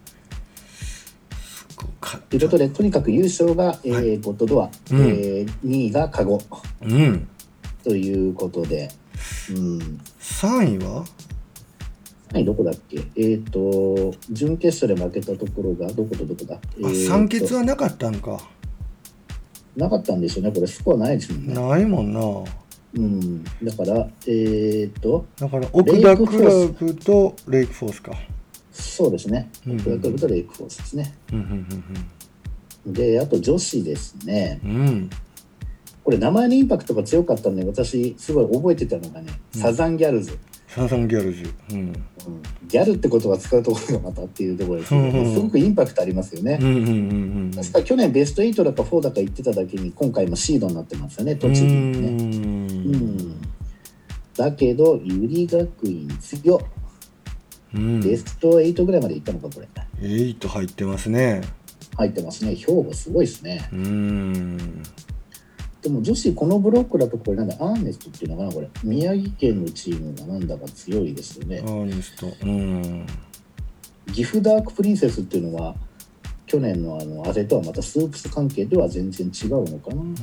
ということでとにかく優勝がゴッドドア、2位がカゴ、ということで。 3位は 3位どこだっけ？準決勝で負けたところがどことどこだ？ 三決はなかったんか。 なかったんでしょうね。これスコアないですもんね。 ないもんな。 だからだから奥田クラブとレイクフォースか。 そうですね。奥田クラブとレイクフォースですね。であと女子ですね。これ名前のインパクトが強かったんで私すごい覚えてたのがね、サザンギャルズ。 サザンギャルズ。 ギャルって言葉使うところがまたっていうところですけど、すごくインパクトありますよね。確か去年ベスト8だか4だか言ってただけに今回もシードになってますよね、栃木にね。だけど百合学院強っ。ベスト8ぐらいまでいったのかこれ。 8入ってますね。 入ってますね。兵庫すごいですね。でも女子このブロックだとこれなんだアーネストっていうのかなこれ宮城県のチームがなんだか強いですよね。 アーネスト。 岐阜ダークプリンセスっていうのは去年のあれとはまたスープス関係では全然違うのかな。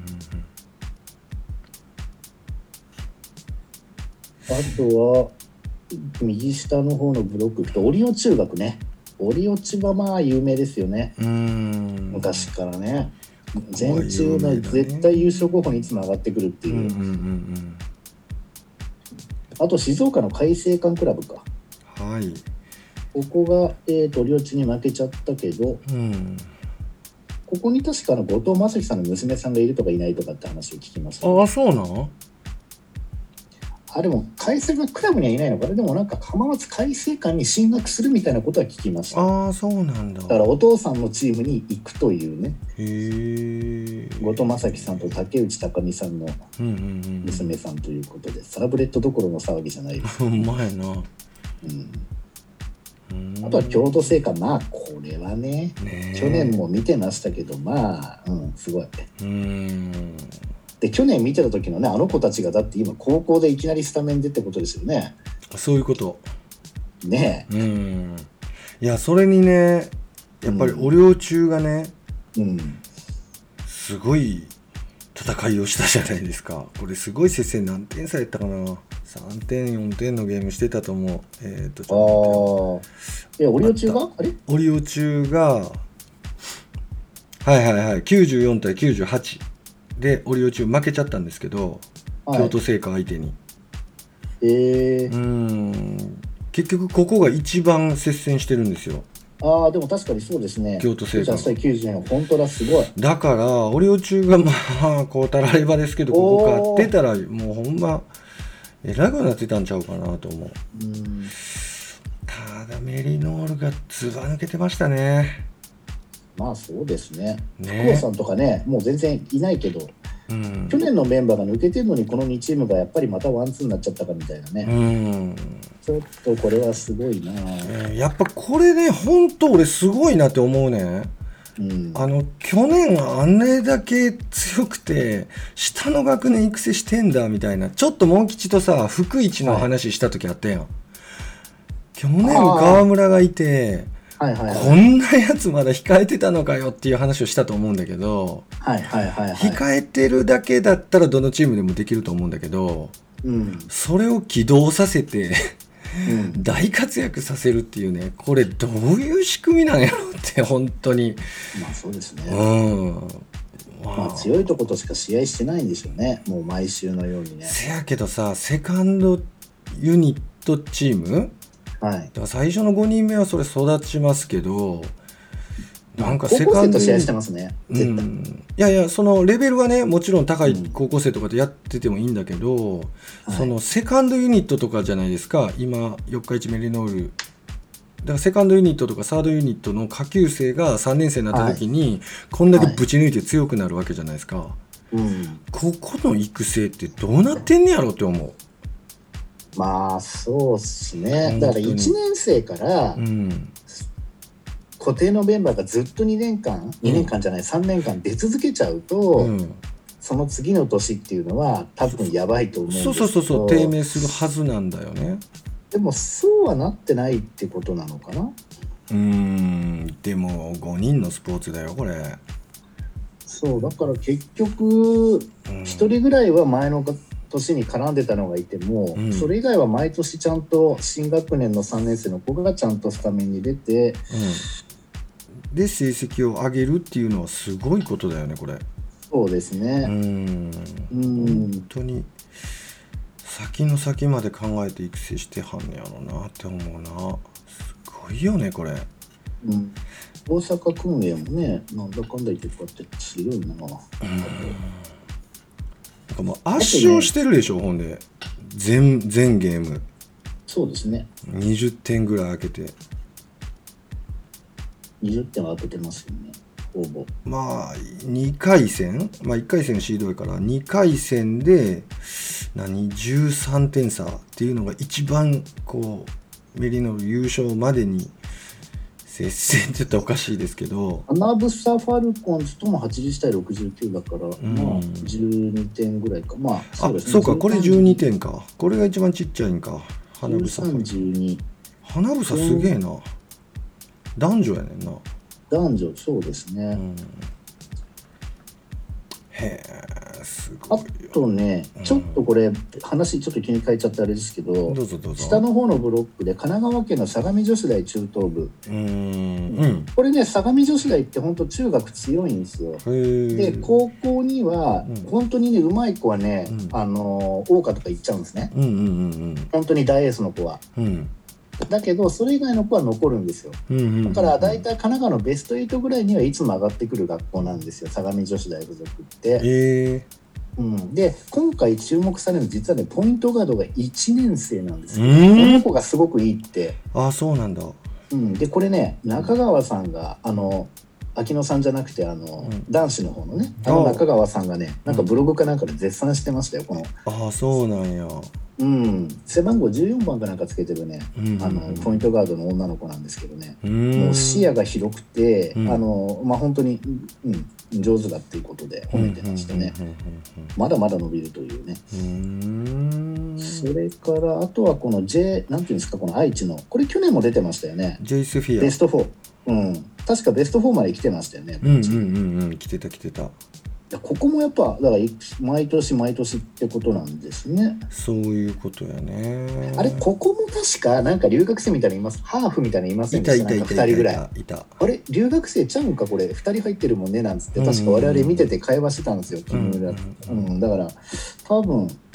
あとは右下の方のブロック行くとオリオ中学ね。オリオ千葉まあ有名ですよね。昔からね。全中の絶対優勝候補にいつも上がってくるっていう。あと静岡の海星館クラブか。ここが領地に負けちゃったけど、ここに確か後藤正樹さんの娘さんがいるとかいないとかって話を聞きました、 あ、そうなの？ でも海星がクラブにはいないのかな。でもなんか浜松海星館に進学するみたいなことは聞きました。 そうなんだ。 だからお父さんのチームに行くというね。後藤正樹さんと竹内孝美さんの娘さんということで、サラブレッドどころの騒ぎじゃないです。 うまいな。 あとは京都精華、まあこれはね去年も見てましたけど、まあすごい。で去年見てた時のねあの子たちがだって今高校でいきなりスタメンでってことですよね。 そういうことね。 いやそれにねやっぱりお領中がね、すごい戦いをしたじゃないですか。これすごい接戦、何点差やったかな、3点4点のゲームしてたと思う。 オリオ中がオリオ中が94対98でオリオ中負けちゃったんですけど、京都精華相手に。 結局ここが一番接戦してるんですよ。 ああ、でも確かにそうですね。 京都精華 98対94、本当だ、すごい。 だからオリオ中がまあこうたらればですけど、ここ勝ってたらもうほんまえらくなってたんちゃうかなと思う。ただメリノールがずば抜けてましたね。 まあそうですね。福尾さんとかね、もう全然いないけど、去年のメンバーが抜けてるのにこの2チームがやっぱりまたワンツーになっちゃったかみたいなね。ちょっとこれはすごいな。 やっぱこれね、本当俺すごいなって思うね。去年あれだけ強くて下の学年育成してんだみたいな、ちょっとモン吉とさ福一の話した時あったやん。去年川村がいて、こんなやつまだ控えてたのかよっていう話をしたと思うんだけど、控えてるだけだったらどのチームでもできると思うんだけど、それを起動させて大活躍させるっていうね、これどういう仕組みなんやろって本当に。 まあそうですね。まあ強いとことしか試合してないんでしょうね、もう毎週のようにね。 せやけどさ、セカンドユニットチーム、だから最初の5人目はそれ育ちますけど、 なんかセカンド高校生と試合してますね、絶対。 いやいや、そのレベルはねもちろん高い高校生とかでやっててもいいんだけど、そのセカンドユニットとかじゃないですか、今四日市メリノールだからセカンドユニットとかサードユニットの下級生が3年生になった時にこんだけぶち抜いて強くなるわけじゃないですか。ここの育成ってどうなってんねやろって思う。 まあそうっすね。だから1年生から固定のメンバーがずっと2年間じゃない3年間出続けちゃうと、その次の年っていうのは多分やばいと思うんですけど、 そう低迷するはずなんだよね。 でもそうはなってないってことなのかな。 でも5人のスポーツだよこれ。 そうだから結局1人ぐらいは前の年に絡んでたのがいても、それ以外は毎年ちゃんと新学年の3年生の子がちゃんとスタメンに出て、 で成績を上げるっていうのはすごいことだよねこれ。 そうですね。 本当に先の先まで考えて育成してはんねやろなって思うな。すごいよねこれ。 大阪薫英もね、なんだかんだ言ってこうやって強いな。なんかもう圧勝してるでしょ、ほんで全ゲーム。 そうですね。 20点ぐらい開けて。 20点は開けてますよね。ほぼ。 まあ2回戦、1回戦シードやから2回戦で13点差っていうのが一番こうメリノール優勝までに接戦って言ったらおかしいですけど、 花房ファルコンズとも80対69だから、まあ12点ぐらいか。まあそうですね。そうか、これ12点か。これが一番ちっちゃいんか。花房 12。 花房すげえな。男女やねんな。 男女、そうですね。 へえ、すごいよ。 あとね、ちょっとこれ話ちょっと気に変えちゃってあれですけど、下の方のブロックで神奈川県の相模女子大中等部、これね、相模女子大って本当中学強いんですよ。で高校には本当にね、うまい子はね、桜花とか行っちゃうんですね。本当に大エースの子は。だけどそれ以外の子は残るんですよ。だから大体神奈川のベスト8ぐらいにはいつも上がってくる学校なんですよ、相模女子大附属って。で今回注目されるの実はね、ポイントガードが1年生なんですよ。この子がすごくいいって。 あ、そうなんだ。 でこれね、中川さんが秋野さんじゃなくて男子の方のね、中川さんがね、なんかブログかなんかで絶賛してましたよ、この。 あ、そうなんや。 背番号14番かなんかつけてるね、ポイントガードの女の子なんですけどね、もう視野が広くて、本当に、上手だっていうことで褒めてましてね、まだまだ伸びるというね。それからあとはこのなんていうんですか、この愛知の、これ去年も出てましたよね、 Jスフィアベスト4。確かベスト4まで来てましたよね。 来てた。 ここもやっぱだから毎年毎年ってことなんですね。 そういうことやね。 あれ、ここも確かなんか留学生みたいなのいます、ハーフみたいなのいませんでした？なんか2人ぐらいいた。あれ、留学生ちゃうんかこれ、2人入ってるもんねなんつって確か我々見てて会話してたんですよ、だから多分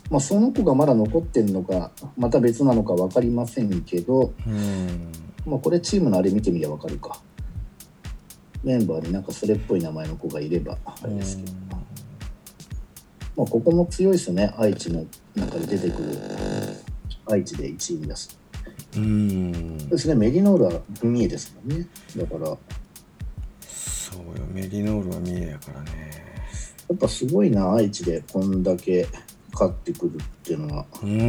まあ、その子がまだ残ってるのかまた別なのか分かりませんけど、まあ、これチームのあれ見てみりゃ分かるか。メンバーになんかそれっぽい名前の子がいればあれですけど、まあ、ここも強いですよね。愛知の中で出てくる、愛知で1位だし。そうですね。メリノールは三重ですもんね。だからそうよ、メリノールは三重やからね。 やっぱすごいな、愛知でこんだけ勝ってくるっていうのは。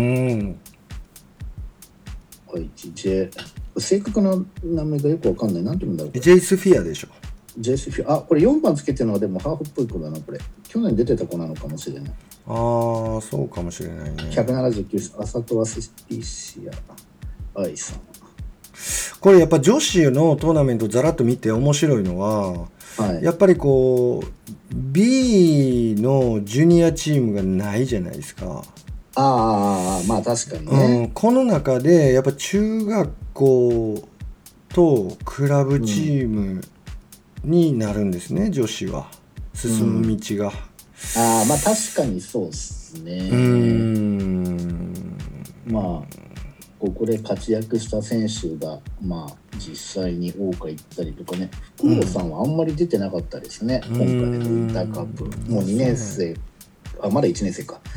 愛知 J、正確な名前がよくわかんない。なんて言うんだろう。 ジェイスフィアでしょ。 ジェイスフィア。あ、これ4番つけてるのはでもハーフっぽい子だな、これ。去年出てた子なのかもしれない。 ああ、そうかもしれないね。 179、アサトアスピシア愛さん。 これやっぱ女子のトーナメントざらっと見て面白いのは、はい、やっぱりこう B のジュニアチームがないじゃないですか。 ああ、まあ確かにね、 この中でやっぱ中学校とクラブチームになるんですね、女子は進む道が。 ああ、まあ確かにそうですね。まあここで活躍した選手がまあ実際に桜花行ったりとかね。福野さんはあんまり出てなかったですね、今回のウィンターカップ。もう2年生、あ、まだ1年生か。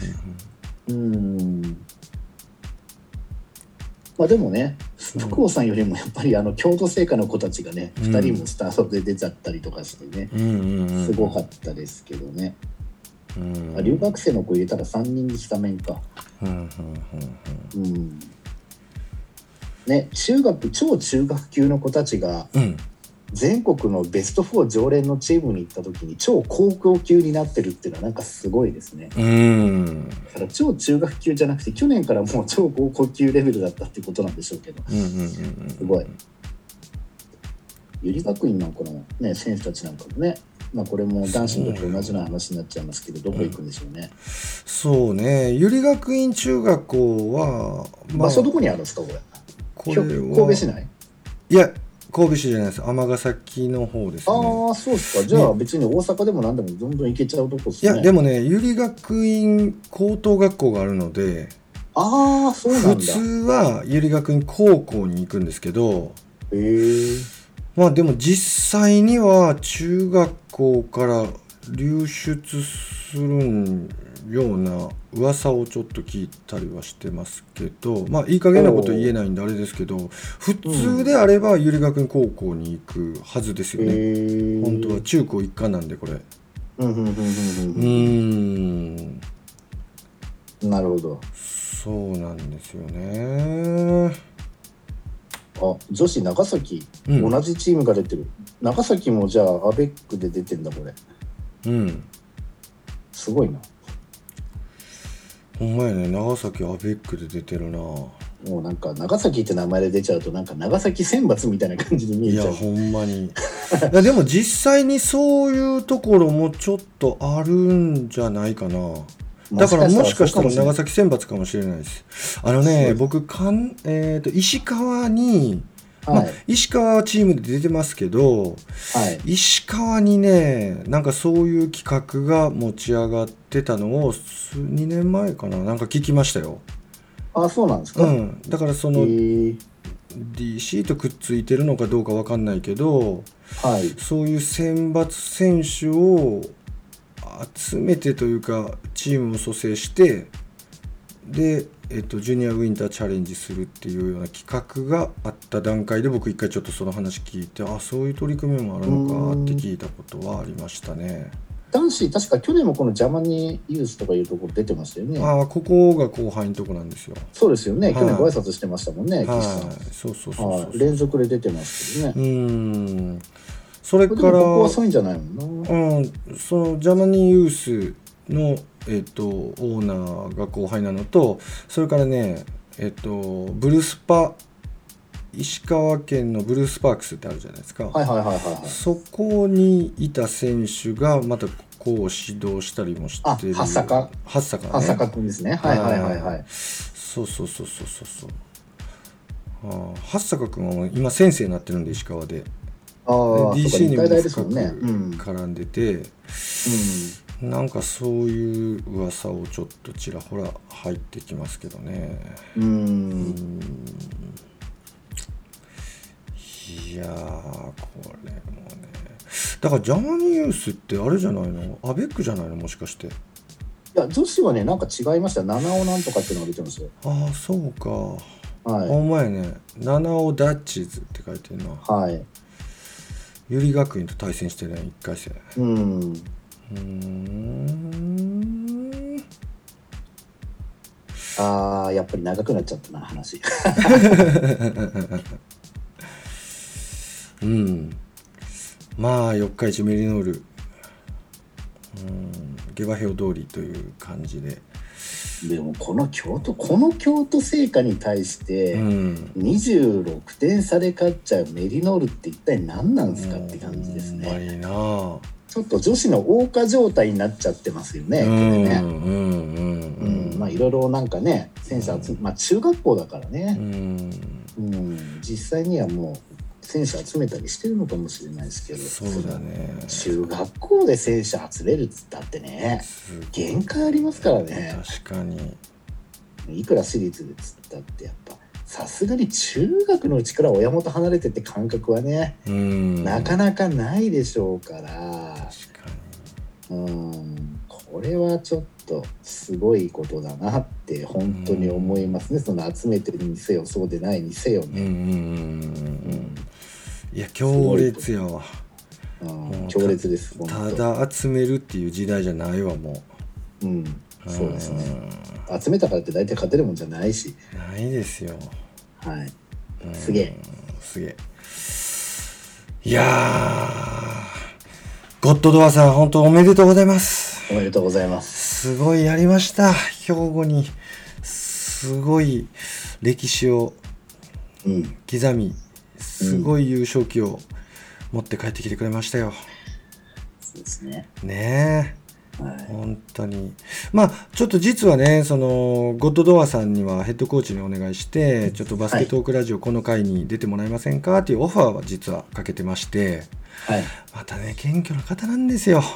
まあでもね、福尾さんよりもやっぱり京都精華の子たちがね、2人もスタートで出ちゃったりとかしてね、すごかったですけどね。留学生の子入れたら3人にスタメンか。ね、超中学級の子たちが全国のベスト4常連のチームに行った時に超高校級になってるっていうのはなんかすごいですね。だから超中学級じゃなくて去年からもう超高校級レベルだったってことなんでしょうけど、すごい。百合学院なんかの、ね、選手たちなんかもね、まあ、これも男子の時と同じような話になっちゃいますけど、どこ行くんでしょうね。 そうね、百合学院中学校は、 場所どこにあるんですか、これ神戸市内？ いや、神戸市じゃないです。尼崎の方ですね。 ああ、そうですか。じゃあ別に大阪でも何でもどんどん行けちゃうとこですね。 いや、でもね、百合学院高等学校があるので、 ああ、そうなんだ。 普通は百合学院高校に行くんですけど、まあでも実際には中学校から流出するような噂をちょっと聞いたりはしてますけど、まあいい加減なこと言えないんであれですけど、普通であれば百合学院高校に行くはずですよね。本当は中高一貫なんでこれ。 なるほど。 そうなんですよね。 あ、女子長崎、同じチームが出てる。長崎もじゃあアベックで出てんだこれ。すごいな。 ほんまやね、長崎アベックで出てるな。 もうなんか長崎って名前で出ちゃうとなんか長崎選抜みたいな感じに見えちゃう。 いやほんまに。いやでも実際にそういうところもちょっとあるんじゃないかな。だからもしかしたら長崎選抜かもしれないです。僕石川に、石川チームで出てますけど、石川にね、なんかそういう企画が持ち上がってたのを2年前かな、なんか聞きましたよ。 あ、そうなんですか。 だからその DC とくっついてるのかどうかわかんないけど、そういう選抜選手を集めてというかチームを組成してで、ジュニアウィンターチャレンジするっていうような企画があった段階で僕一回ちょっとその話聞いて、あ、そういう取り組みもあるのかって聞いたことはありましたね。 男子確か去年もこのジャマニーユースとかいうところ出てましたよね。 ああ、ここが後輩のとこなんですよ。 そうですよね。去年ご挨拶してましたもんね、岸さん。 そう連続で出てますけどね。 それからここはそういうんじゃないもんな。 そのジャマニーユースの、オーナーが後輩なのと、それからね、ブルースパ石川県のブルースパークスってあるじゃないですか。そこにいた選手がまたこう指導したりもしてる。 八坂君ですね。 そう。八坂君は今先生になってるんで石川で。DC にも深く絡んでて、 なんかそういう噂をちょっとちらほら入ってきますけどね。いやこれもね、だからジャニースってあれじゃないの、アベックじゃないの、もしかして。いや女子はねなんか違いました。七尾なんとかっていうのが出てますよ。 ああそうか、はい、お前ね七尾ダッチーズって書いてるな。はい、百合学院と対戦してね1回戦。 やっぱり長くなっちゃったな話。 まあ四日市メリノール、下馬評通りという感じで。 でもこの京都精華に対して26点差で勝っちゃうメリノールって一体何なんですかって感じですね。いいな、ちょっと女子の謳歌状態になっちゃってますよね。まあいろいろなんかね選手集め、中学校だからね、実際にはもう選手集めたりしてるのかもしれないですけど、 そうだね、 中学校で選手集めるっつったってね限界ありますからね。 確かにいくら私立でつったってやっぱさすがに中学のうちから親元離れてって感覚はねなかなかないでしょうから。確かにこれはちょっとすごいことだなって本当に思いますね。その集めてるにせよそうでないにせよね。 いや強烈やわ。 強烈です。 ただ集めるっていう時代じゃないわもう。 そうですね。集めたからって大体勝てるもんじゃないし。 ないですよ。 はい。すげえ。 すげえ。いやー、ゴッドドアさん本当おめでとうございます。 おめでとうございます。 すごいやりました。兵庫にすごい歴史を刻み、すごい優勝旗を持って帰ってきてくれましたよ。 そうですね。 ねえ、はい、本当に。まあちょっと実はねそのゴッドドアさんにはヘッドコーチにお願いしてちょっとバスケトークラジオこの回に出てもらえませんかっていうオファーは実はかけてまして、はい、またね謙虚な方なんですよ。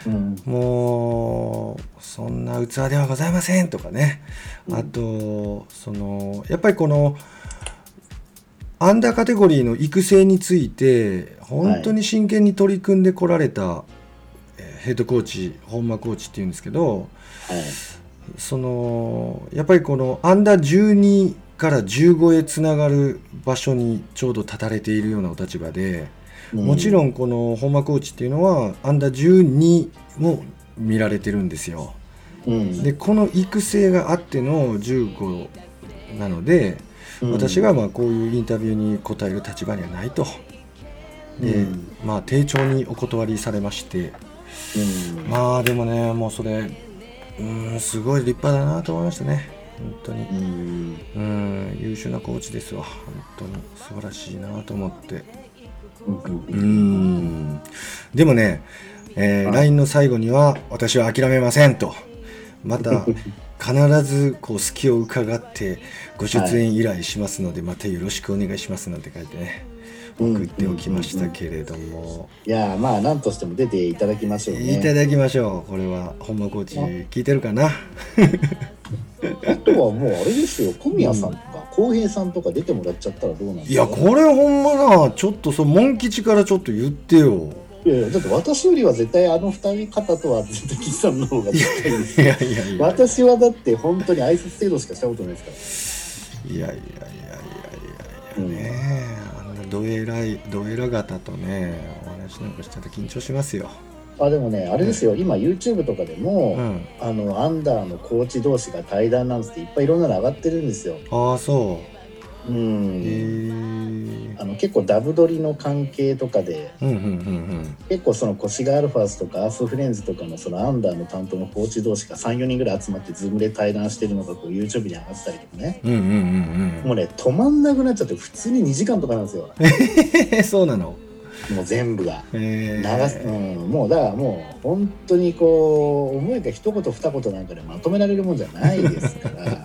もうそんな器ではございませんとかね、あとそのやっぱりこのアンダーカテゴリーの育成について本当に真剣に取り組んでこられた、ヘッドコーチ本間コーチっていうんですけど、そのやっぱりこのアンダー12から15へつながる場所にちょうど立たれているようなお立場で、もちろんこの本間コーチっていうのはアンダー12も見られてるんですよ。でこの育成があっての15なので、私がまあこういうインタビューに答える立場にはないと。で、まあ丁重にお断りされまして、まあでもねもうそれすごい立派だなと思いましたね。本当に優秀なコーチですわ。本当に素晴らしいなと思って。でもね、LINE の最後には私は諦めませんと、また必ずこう隙を伺ってご出演依頼しますので、またよろしくお願いしますなんて書いてね送っておきましたけれども、 いやまあ何としても出ていただきましょうね。 いただきましょう。これは本間コーチ聞いてるかな。 あとはもうあれですよ、小宮さんとか浩平さんとか出てもらっちゃったらどうなんですか。 いやこれほんまな、ちょっとそうモン吉からちょっと言ってよ。 いやだって私よりは絶対あの二人方とは絶対岸さんの方が絶対ですよ。いや私はだって本当に挨拶程度しかしたことないですから。いやねえ、あんなドエラ型とねお話なんかしたら緊張しますよ。 でもねあれですよ、今 YouTube とかでも、アンダーのコーチ同士が対談なんつっていっぱいいろんなの上がってるんですよ。 ああそう。 結構ダブドリの関係とかで、結構そのコシガアルファーズとかアースフレンズとかのそのアンダーの担当のコーチ同士が 3,4 人ぐらい集まってズームで対談してるのがこう YouTube に上がってたりとかね、もうね止まんなくなっちゃって普通に2時間とかなんですよ。 そうなの。 もう全部がもうだからもう本当にこう思いが一言二言なんかでまとめられるもんじゃないですから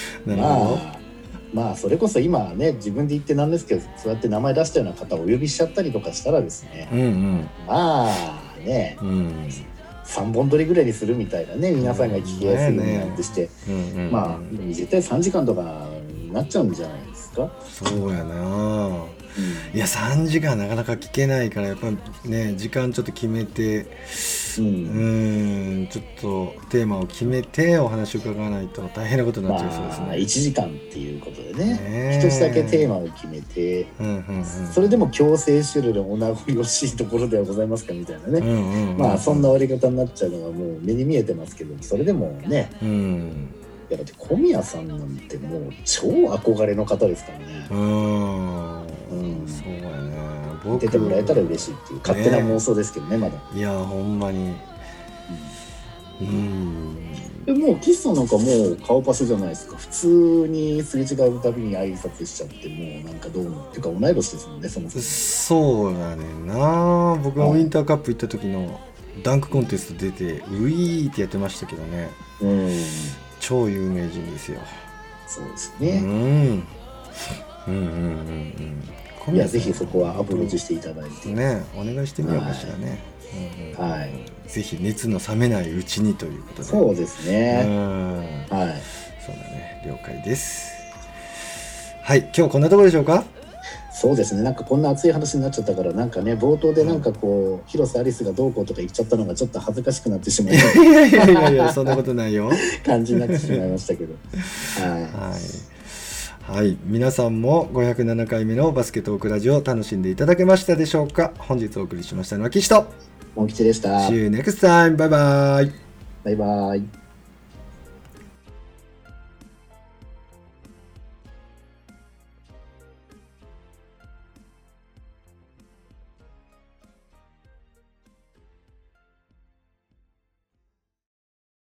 まあそれこそ今ね自分で言ってなんですけどそうやって名前出したような方をお呼びしちゃったりとかしたらですね、まあね、 3本撮りぐらいにするみたいなね、皆さんが聞きやすいようになってして、まあ絶対3時間とかになっちゃうんじゃないですか。 そうやな、いや3時間なかなか聞けないから、やっぱね時間ちょっと決めて、ちょっとテーマを決めてお話を伺わないと大変なことになっちゃいそうですね。 1時間っていうことでね、一つだけテーマを決めて、それでも強制終了でお名残惜しいところではございますかみたいなね、まあそんな終わり方になっちゃうのがもう目に見えてますけど、それでもね、いやだって小宮さんなんてもう超憧れの方ですからね。 そうやね。 出てもらえたら嬉しいっていう勝手な妄想ですけどね、まだ。 いやほんまに。 もう岸さんなんかもう顔パスじゃないですか。普通にすれ違うたびに挨拶しちゃって、もうなんかどうもっていうか同い年ですもんね、そもそも。 そうやねんな。僕がウィンターカップ行った時のダンクコンテスト出てウィーってやってましたけどね。超有名人ですよ。 そうですね。いやぜひそこはアプローチしていただいてね、お願いしてみようかしらね。ぜひ熱の冷めないうちにということで。 そうですね。 そうだね、了解です。はい、今日こんなところでしょうか。 そうですね、なんかこんな熱い話になっちゃったから、なんかね冒頭でなんかこう、広瀬アリスがどうこうとか言っちゃったのがちょっと恥ずかしくなってしまいました。 いやそんなことないよ感じになってしまいましたけど。 はい、皆さんも507回目のバスケトークラジオ楽しんでいただけましたでしょうか。本日お送りしましたのは岸とモン吉でした。 See you next time. バイバイ。 バイバイ。